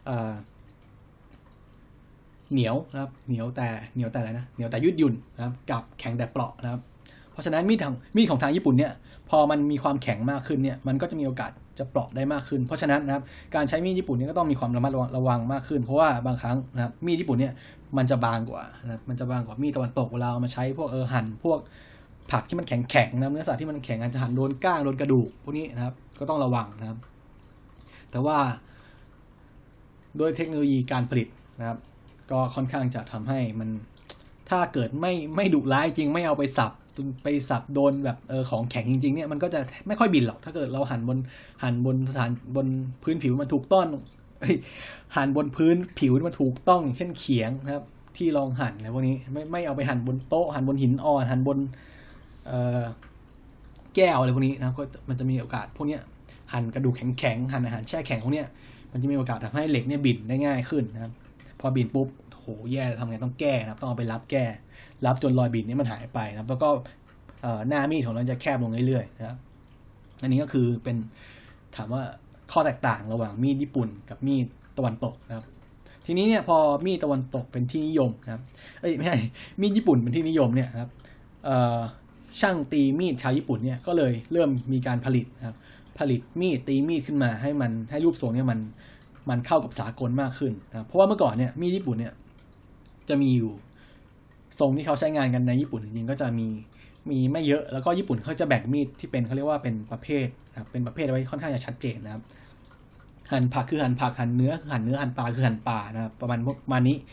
เหนียวนะครับเหนียวแต่เหนียวแต่อะไรนะเหนียวแต่ยืดหยุ่นนะครับกับแข็งแต่เปราะนะครับเพราะฉะนั้นมีดทางมีดของทางญี่ปุ่นเนี่ยพอมันมีความแข็งมากขึ้นเนี่ยมันก็จะมีโอกาสจะเปราะได้มากขึ้นเพราะฉะนั้นนะครับการใช้มีดญี่ปุ่นเนี่ยก็ต้องมีความระมัดระวังมากขึ้นเพราะว่าบางครั้งนะครับมีดญี่ปุ่นเนี่ยมันจะบางกว่านะครับมันจะบางกว่ามีดตะวันตกเวลาเอามาใช้พวกเออหั่นพวกผักที่มันแข็งแข็งนะเนื้อสัตว์ที่มันแข็งอาจจะหั่นโดนก้างโดนกระดูกพวกนี้นะครับก็ต้องระวังนะครับแต่ว่าโดยเทคโนโลยีการผลิตนะครับก็ค่อนข้างจะทำให้มันถ้าเกิดไม่ไม่ดุร้ายจริงไม่เอาไปสับไปสับโดนแบบเออของแข็งจริงๆเนี่ยมันก็จะไม่ค่อยบินหรอกถ้าเกิดเราหั่นบนหั่นบนสถานบนพื้นผิวมันถูกต้องหั่นบนพื้นผิวมันถูกต้องเช่นเขียงนะครับที่รองหั่นอะไรพวกนี้ไม่ไม่เอาไปหั่นบนโต๊ะหั่นบนหินอ่อนหั่นบนเอ่อแก้วอะไรพวกนี้นะก็มันจะมีโอกาสพวกนี้หั่นกระดูกแข็งๆหั่นอาหารแช่แข็งพวกนี้มันจะมีโอกาสทำให้เหล็กเนี่ยบินได้ง่ายขึ้นนะครับพอบินปุ๊บโหแย่ทำไงต้องแก้นะครับต้องเอาไปรับแก้รับจนรอยบินนี้มันหายไปนะครับแล้วก็หน้ามีดของเราจะแคบลงเรื่อยๆนะครับอันนี้ก็คือเป็นถามว่าข้อแตกต่างระหว่างมีดญี่ปุ่นกับมีดตะวันตกนะครับทีนี้เนี่ยพอมีดตะวันตกเป็นที่นิยมนะครับเอ้ยไม่ใช่มีดญี่ปุ่นเป็นที่นิยมเนี่ยครับช่างตีมีดชาวญี่ปุ่นเนี่ยก็เลยเริ่มมีการผลิตนะครับผลิตมีดตีมีดขึ้นมาให้มันให้รูปทรงเนี่ยมันมันเข้ากับสากลมากขึ้นนะเพราะว่าเมื่อก่อนเนี่ยมีดญี่ปุ่นเนี่ยจะมีอยู่ทรงที่เขาใช้งานกันในญี่ปุ่นจริงๆก็จะมีมีไม่เยอะแล้วก็ญี่ปุ่นเขาจะแบ่งมีดที่เป็นเขาเรียกว่าเป็นประเภทนะครับเป็นประเภทไว้ค่อนข้างจะชัดเจนนะครับหั่นผักคือหั่นผักหั่นเนื้อคือหั่นเนื้อหั่นปลาคือหั่นปลานะครับประมาณประมาณนี้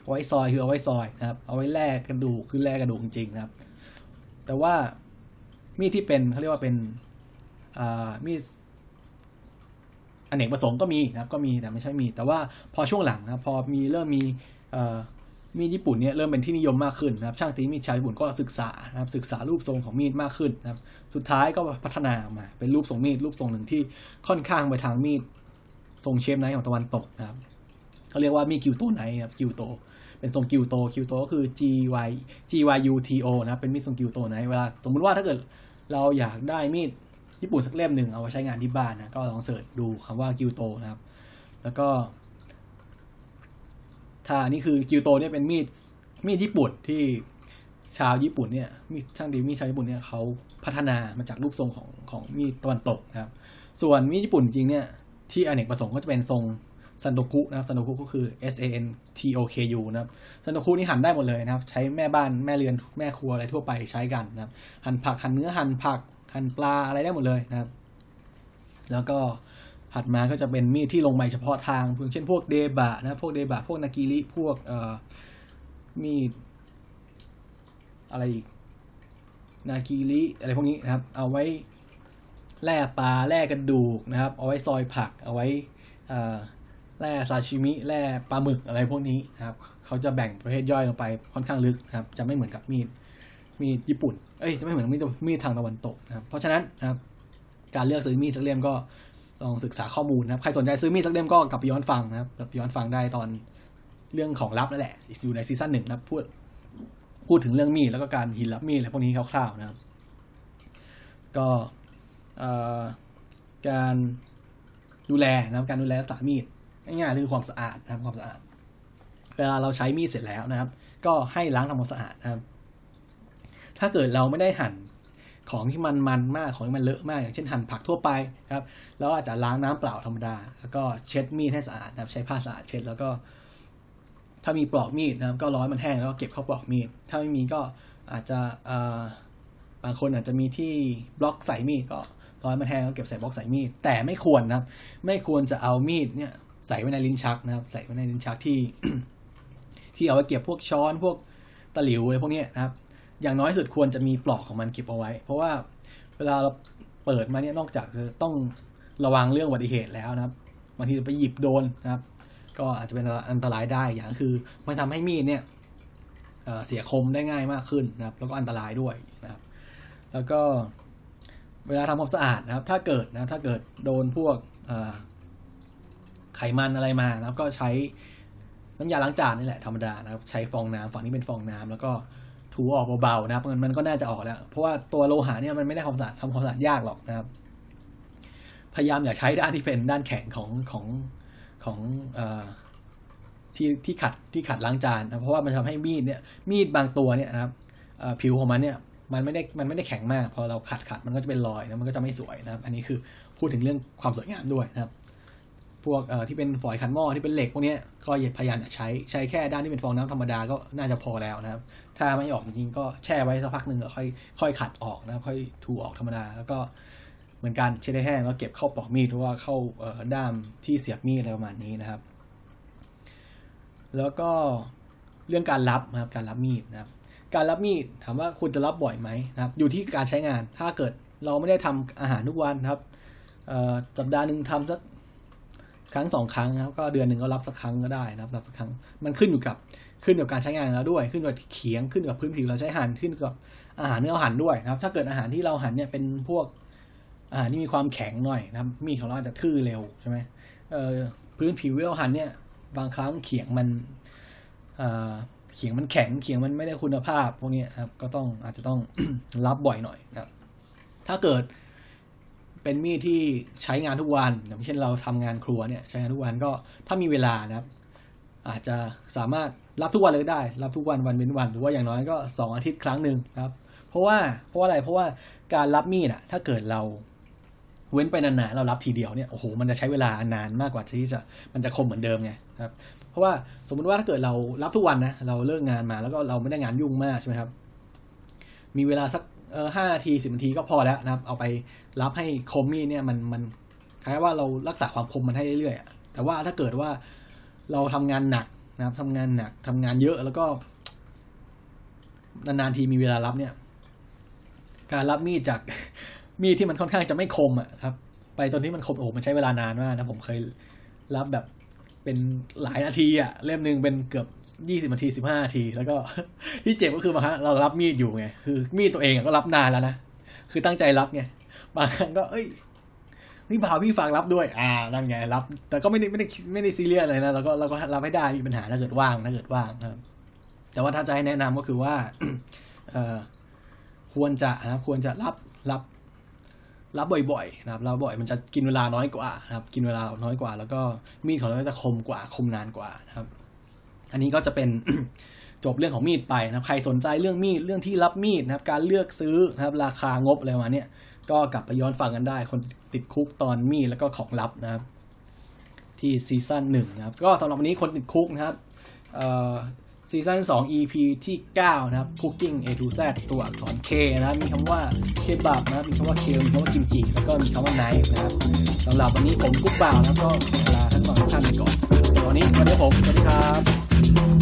เอาไว้ซอยคือเอาไว้ซอยนะครับเอาไว้แลกกระดูกคือแลกกระดูกจริงๆนะครับแต่ว่ามีดที่เป็นเขาเรียกว่าเป็นมีดอเนกประสงค์ก็มีนะครับก็มีแต่ไม่ใช่มีแต่ว่าพอช่วงหลังนะพอมีเริ่มมีมีดญี่ปุ่นเนี่ยเริ่มเป็นที่นิยมมากขึ้นนะครับช่างตีมีดชาวญี่ปุ่นก็ศึกษานะครับศึกษารูปทรงของมีดมากขึ้นนะครับสุดท้ายก็พัฒนาออกมาเป็นรูปทรงมีดรูปทรงหนึ่งที่ค่อนข้างไปทางมีดทรงเชฟไนท์ของตะวันตกนะครับเขาเรียกว่ามีดกิวโตไนท์ครับกิวโตเป็นทรงกิวโตกิวโตก็คือ G Y G Y U T O นะครับเป็นมีดทรงกิวโตไนท์เวลาสมมุติว่าถ้าเกิดเราอยากได้มีดญี่ปุ่นสักเล่มหนึ่งเอาไว้ใช้งานที่บ้านนะก็ลองเสิร์ชดูคำว่ากิวโตนะครับแล้วก็ถ้านี่คือกิวโตเนี่ยเป็นมีดมีดญี่ปุ่นที่ชาวญี่ปุ่นเนี่ยมีช่างดีมีดชาวญี่ปุ่นเนี่ยเขาพัฒนามาจากรูปทรงของของมีดตะวันตกนะครับส่วนมีดญี่ปุ่นจริงเนี่ยที่อเนกประสงค์ก็จะเป็นทรงซันโตคุนะครับซันโตคุก็คือ S A N T O K U นะครับซันโตคุนี่หั่นได้หมดเลยนะครับใช้แม่บ้านแม่เรือนแม่ครัวอะไรทั่วไปใช้กันนะครับหั่นผักหั่นเนื้อหั่นผักหั่นปลาอะไรได้หมดเลยนะครับแล้วก็ถัดมาก็จะเป็นมีดที่ลงใบเฉพาะทางเช่นพวกเดบะนะพวกเดบะพวกนากิริพวกเอ่อมีดอะไรอีกนากิริอะไรพวกนี้นะครับเอาไว้แล่ปลาแล่กระดูกนะครับเอาไว้ซอยผักเอาไว้เอ่อแล่ซาชิมิแล่ปลาหมึกอะไรพวกนี้นะครับเขาจะแบ่งประเภทย่อยลงไปค่อนข้างลึกนะครับจะไม่เหมือนกับมีดมีดญี่ปุ่นเอ้ยจะไม่เหมือนมีดมีดทางตะวันตกนะครับเพราะฉะนั้นนะครับการเลือกซื้อมีดสักเล่มก็ลองศึกษาข้อมูลนะครับใครสนใจซื้อมีดสักเล่มก็กลับไปย้อนฟังนะครับกลับไปย้อนฟังได้ตอนเรื่องของลับนั่นแหละอยู่ในซีซั่นหนึ่งนะครับพูดพูดถึงเรื่องมีดแล้วก็การหินลับมีดอะไรพวกนี้คร่าวๆนะครับก็การดูแลนะครับการดูแลรักษามีดง่ายๆคือความสะอาดนะครับความสะอาดเวลาเราใช้มีดเสร็จแล้วนะครับก็ให้ล้างทำความสะอาดนะครับถ้าเกิดเราไม่ได้หั่นของที่มันมันมากของที่มันเลอะมากอย่างเช่นหั่นผักทั่วไปครับแล้วอาจจะล้างน้ำเปล่าธรรมดาแล้วก็เช็ดมีดให้สะอาดนะครับใช้ผ้าสะอาดเช็ดแล้วก็ถ้ามีปลอกมีดนะครับก็ร้อยมันแห้งแล้วก็เก็บเข้าปลอกมีดถ้าไม่มีก็อาจจะบางคนอาจจะมีที่บล็อกใส่มีดก็ร้อยมันแห้งแล้วเก็บใส่บล็อกใส่มีดแต่ไม่ควรนะครับไม่ควรจะเอามีดเนี่ยใส่ไว้ในลิ้นชักนะครับใส่ไว้ในลิ้นชักที่ ที่เอาไว้เก็บพวกช้อนพวกตะหลิวอะไรพวกนี้นะครับอย่างน้อยสุดควรจะมีปลอกของมันเก็บเอาไว้เพราะว่าเวลาเราเปิดมาเนี่ยนอกจากจะต้องระวังเรื่องอุบัติเหตุแล้วนะครับบางทีไปหยิบโดนนะครับก็อาจจะเป็นอันตรายได้อย่างคือมันทำให้มีดเนี่ย เอ่อ เสียคมได้ง่ายมากขึ้นนะครับแล้วก็อันตรายด้วยนะครับแล้วก็เวลาทำความสะอาดนะครับถ้าเกิดนะถ้าเกิดโดนพวกไขมันอะไรมานะครับก็ใช้น้ำยาล้างจานนี่แหละธรรมดานะครับใช้ฟองน้ำฝั่งนี้เป็นฟองน้ำแล้วก็ถูออกเบาๆนะครับมันมันก็น่าจะออกแล้วเพราะว่าตัวโลหะเนี่ยมันไม่ได้ความสะอาดทำความสะอาดยากหรอกนะครับพยายามอย่าใช้ด้านที่เป็นด้านแข็งของของของเอ่อที่ที่ขัดที่ขัดล้างจานนะเพราะว่ามันทำให้มีดเนี่ยมีดบางตัวเนี่ยนะครับผิวของมันเนี่ยมันไม่ได้มันไม่ได้แข็งมากพอเราขัดขัดมันก็จะเป็นรอยนะมันก็จะไม่สวยนะครับอันนี้คือพูดถึงเรื่องความสวยงามด้วยนะครับพวกเอ่อที่เป็นฝอยขัดหม้อที่เป็นเหล็กพวกนี้ก็อย่าพยายามอย่าใช้ใช้แค่ด้านที่เป็นฟองน้ำธรรมดาก็น่าจะพอแล้วนะครับถ้าไม่ออกจริงๆก็แช่ไว้สักพักหนึ่งแล้วค่อยค่อยขัดออกนะครับค่อยถูออกธรรมดาแล้วก็เหมือนกันเช็ดให้แห้งแล้วเก็บเข้าปลอกมีดหรือว่าเข้าเอ่อด้ามที่เสียบมีดอะไรประมาณนี้นะครับแล้วก็เรื่องการรับนะครับการรับมีดนะครับการรับมีดถามว่าคุณจะรับบ่อยไหมนะครับอยู่ที่การใช้งานถ้าเกิดเราไม่ได้ทำอาหารทุกวันนะครับสัปดาห์นึงทำสักครั้งสองครั้งนะครับก็เดือนหนึ่งก็รับสักครั้งก็ได้นะครับรับสักครั้งมันขึ้นอยู่กับขึ้นอยู่กับการใช้งานแล้วด้วยขึ้นอยู่กับเขียงขึ้นอยู่กับพื้นผิวเราใช้หั่นขึ้นอยู่กับอาหารที่เราหั่นด้วยนะครับถ้าเกิดอาหารที่เราหั่นเนี่ยเป็นพวกอาหารที่มีความแข็งหน่อยนะครับมีดของเราอาจจะทื่อเร็วใช่ไหมเอ่อพื้นผิวที่เราหั่นเนี่ยบางครั้งเขียงมันเอ่อเขียงมันแข็งเขียงมันไม่ได้คุณภาพพวกนี้ครับก็ต้องอาจจะต้อง รับบ่อยหน่อยนะครับถ้าเกิดเป็นมีดที่ใช้งานทุกวันอย่างเช่นเราทำงานครัวเนี่ยใช้งานทุกวันก็ถ้ามีเวลานะครับอาจจะสามารถรับทุกวันเลยได้รับทุกวันวันเว้นวันหรือว่าอย่างน้อยก็สองอาทิตย์ครั้งนึงครับเพราะว่าเพราะว่าอะไรเพราะว่าการรับมีดอ่ะถ้าเกิดเราเว้นไปนานๆเรารับทีเดียวเนี่ยโอ้โหมันจะใช้เวลานานมากกว่าที่จะมันจะคมเหมือนเดิมไงครับเพราะว่าสมมติว่าถ้าเกิดเรารับทุกวันนะเราเลิกงานมาแล้วก็เราไม่ได้งานยุ่งมากใช่ไหมครับมีเวลาสักเออห้านาทีสิบนาทีก็พอแล้วนะครับเอาไปรับให้คมมีดเนี่ยมันมันคล้ายว่าเรารักษาความคมมันให้เรื่อยๆแต่ว่าถ้าเกิดว่าเราทำงานหนักนะครับทำงานหนักทำงานเยอะแล้วก็นานๆทีมีเวลารับเนี่ยการรับมีดจาก มีดที่มันค่อนข้างจะไม่คมอ่ะครับไปจนที่มันคมโอ้โหมันใช้เวลานานมากนะผมเคยรับแบบเป็นหลายนาทีอ่ะเล่มนึงเป็นเกือบยี่สิบนาทีสิบห้านาทีแล้วก็ ที่เจ็บก็คือบางครั้งเรารับมีดอยู่ไงคือมีดตัวเองก็รับนานแล้วนะคือตั้งใจรับไงบางครั้งก็เอ้ยนี่บ่าวพี่ฝากรับด้วยอ่านั่นไงรับแต่ก็ไม่ได้ไม่ได้ไม่ได้ซีเรียสอะไรนะเราก็เราก็รับให้ได้มีปัญหาถ้าเกิดว่างถ้าเกิดว่างนะครับแต่ว่าถ้าจะให้แนะนำก็คือว่า เอ่อควรจะนะครับควรจะรับรับรับบ่อยๆนะครับรับบ่อยมันจะกินเวลาน้อยกว่านะครับกินเวลาน้อยกว่าแล้วก็มีดของเราก็จะคมกว่าคมนานกว่านะครับอันนี้ก็จะเป็น จบเรื่องของมีดไปนะครับใครสนใจเรื่องมีดเรื่องที่รับมีดนะครับการเลือกซื้อนะครับราคางบอะไรมาเนี่ยก็กลับไปย้อนฟังกันได้คนติดคุกตอนมีดแล้วก็ของลับนะครับที่ซีซั่นหนึ่งนะครับก็สำหรับวันนี้คนติดคุกนะครับเอ่อซีซั่นสอง อี พี ที่เก้านะครับ Cooking A to Z ตัวอักษร K นะครับมีคำว่าเคบับนะครับมีคำว่า K มีคำว่ากิมจิแล้วก็มีคำว่าไนฟ์นะครับสำหรับวันนี้ผมกุ๊กบ่าวนะครับก็ลาท่านผู้ชมทุกท่านไปก่อนสำหรับวันนี้สวัสดีครับผมสวัสดีครับ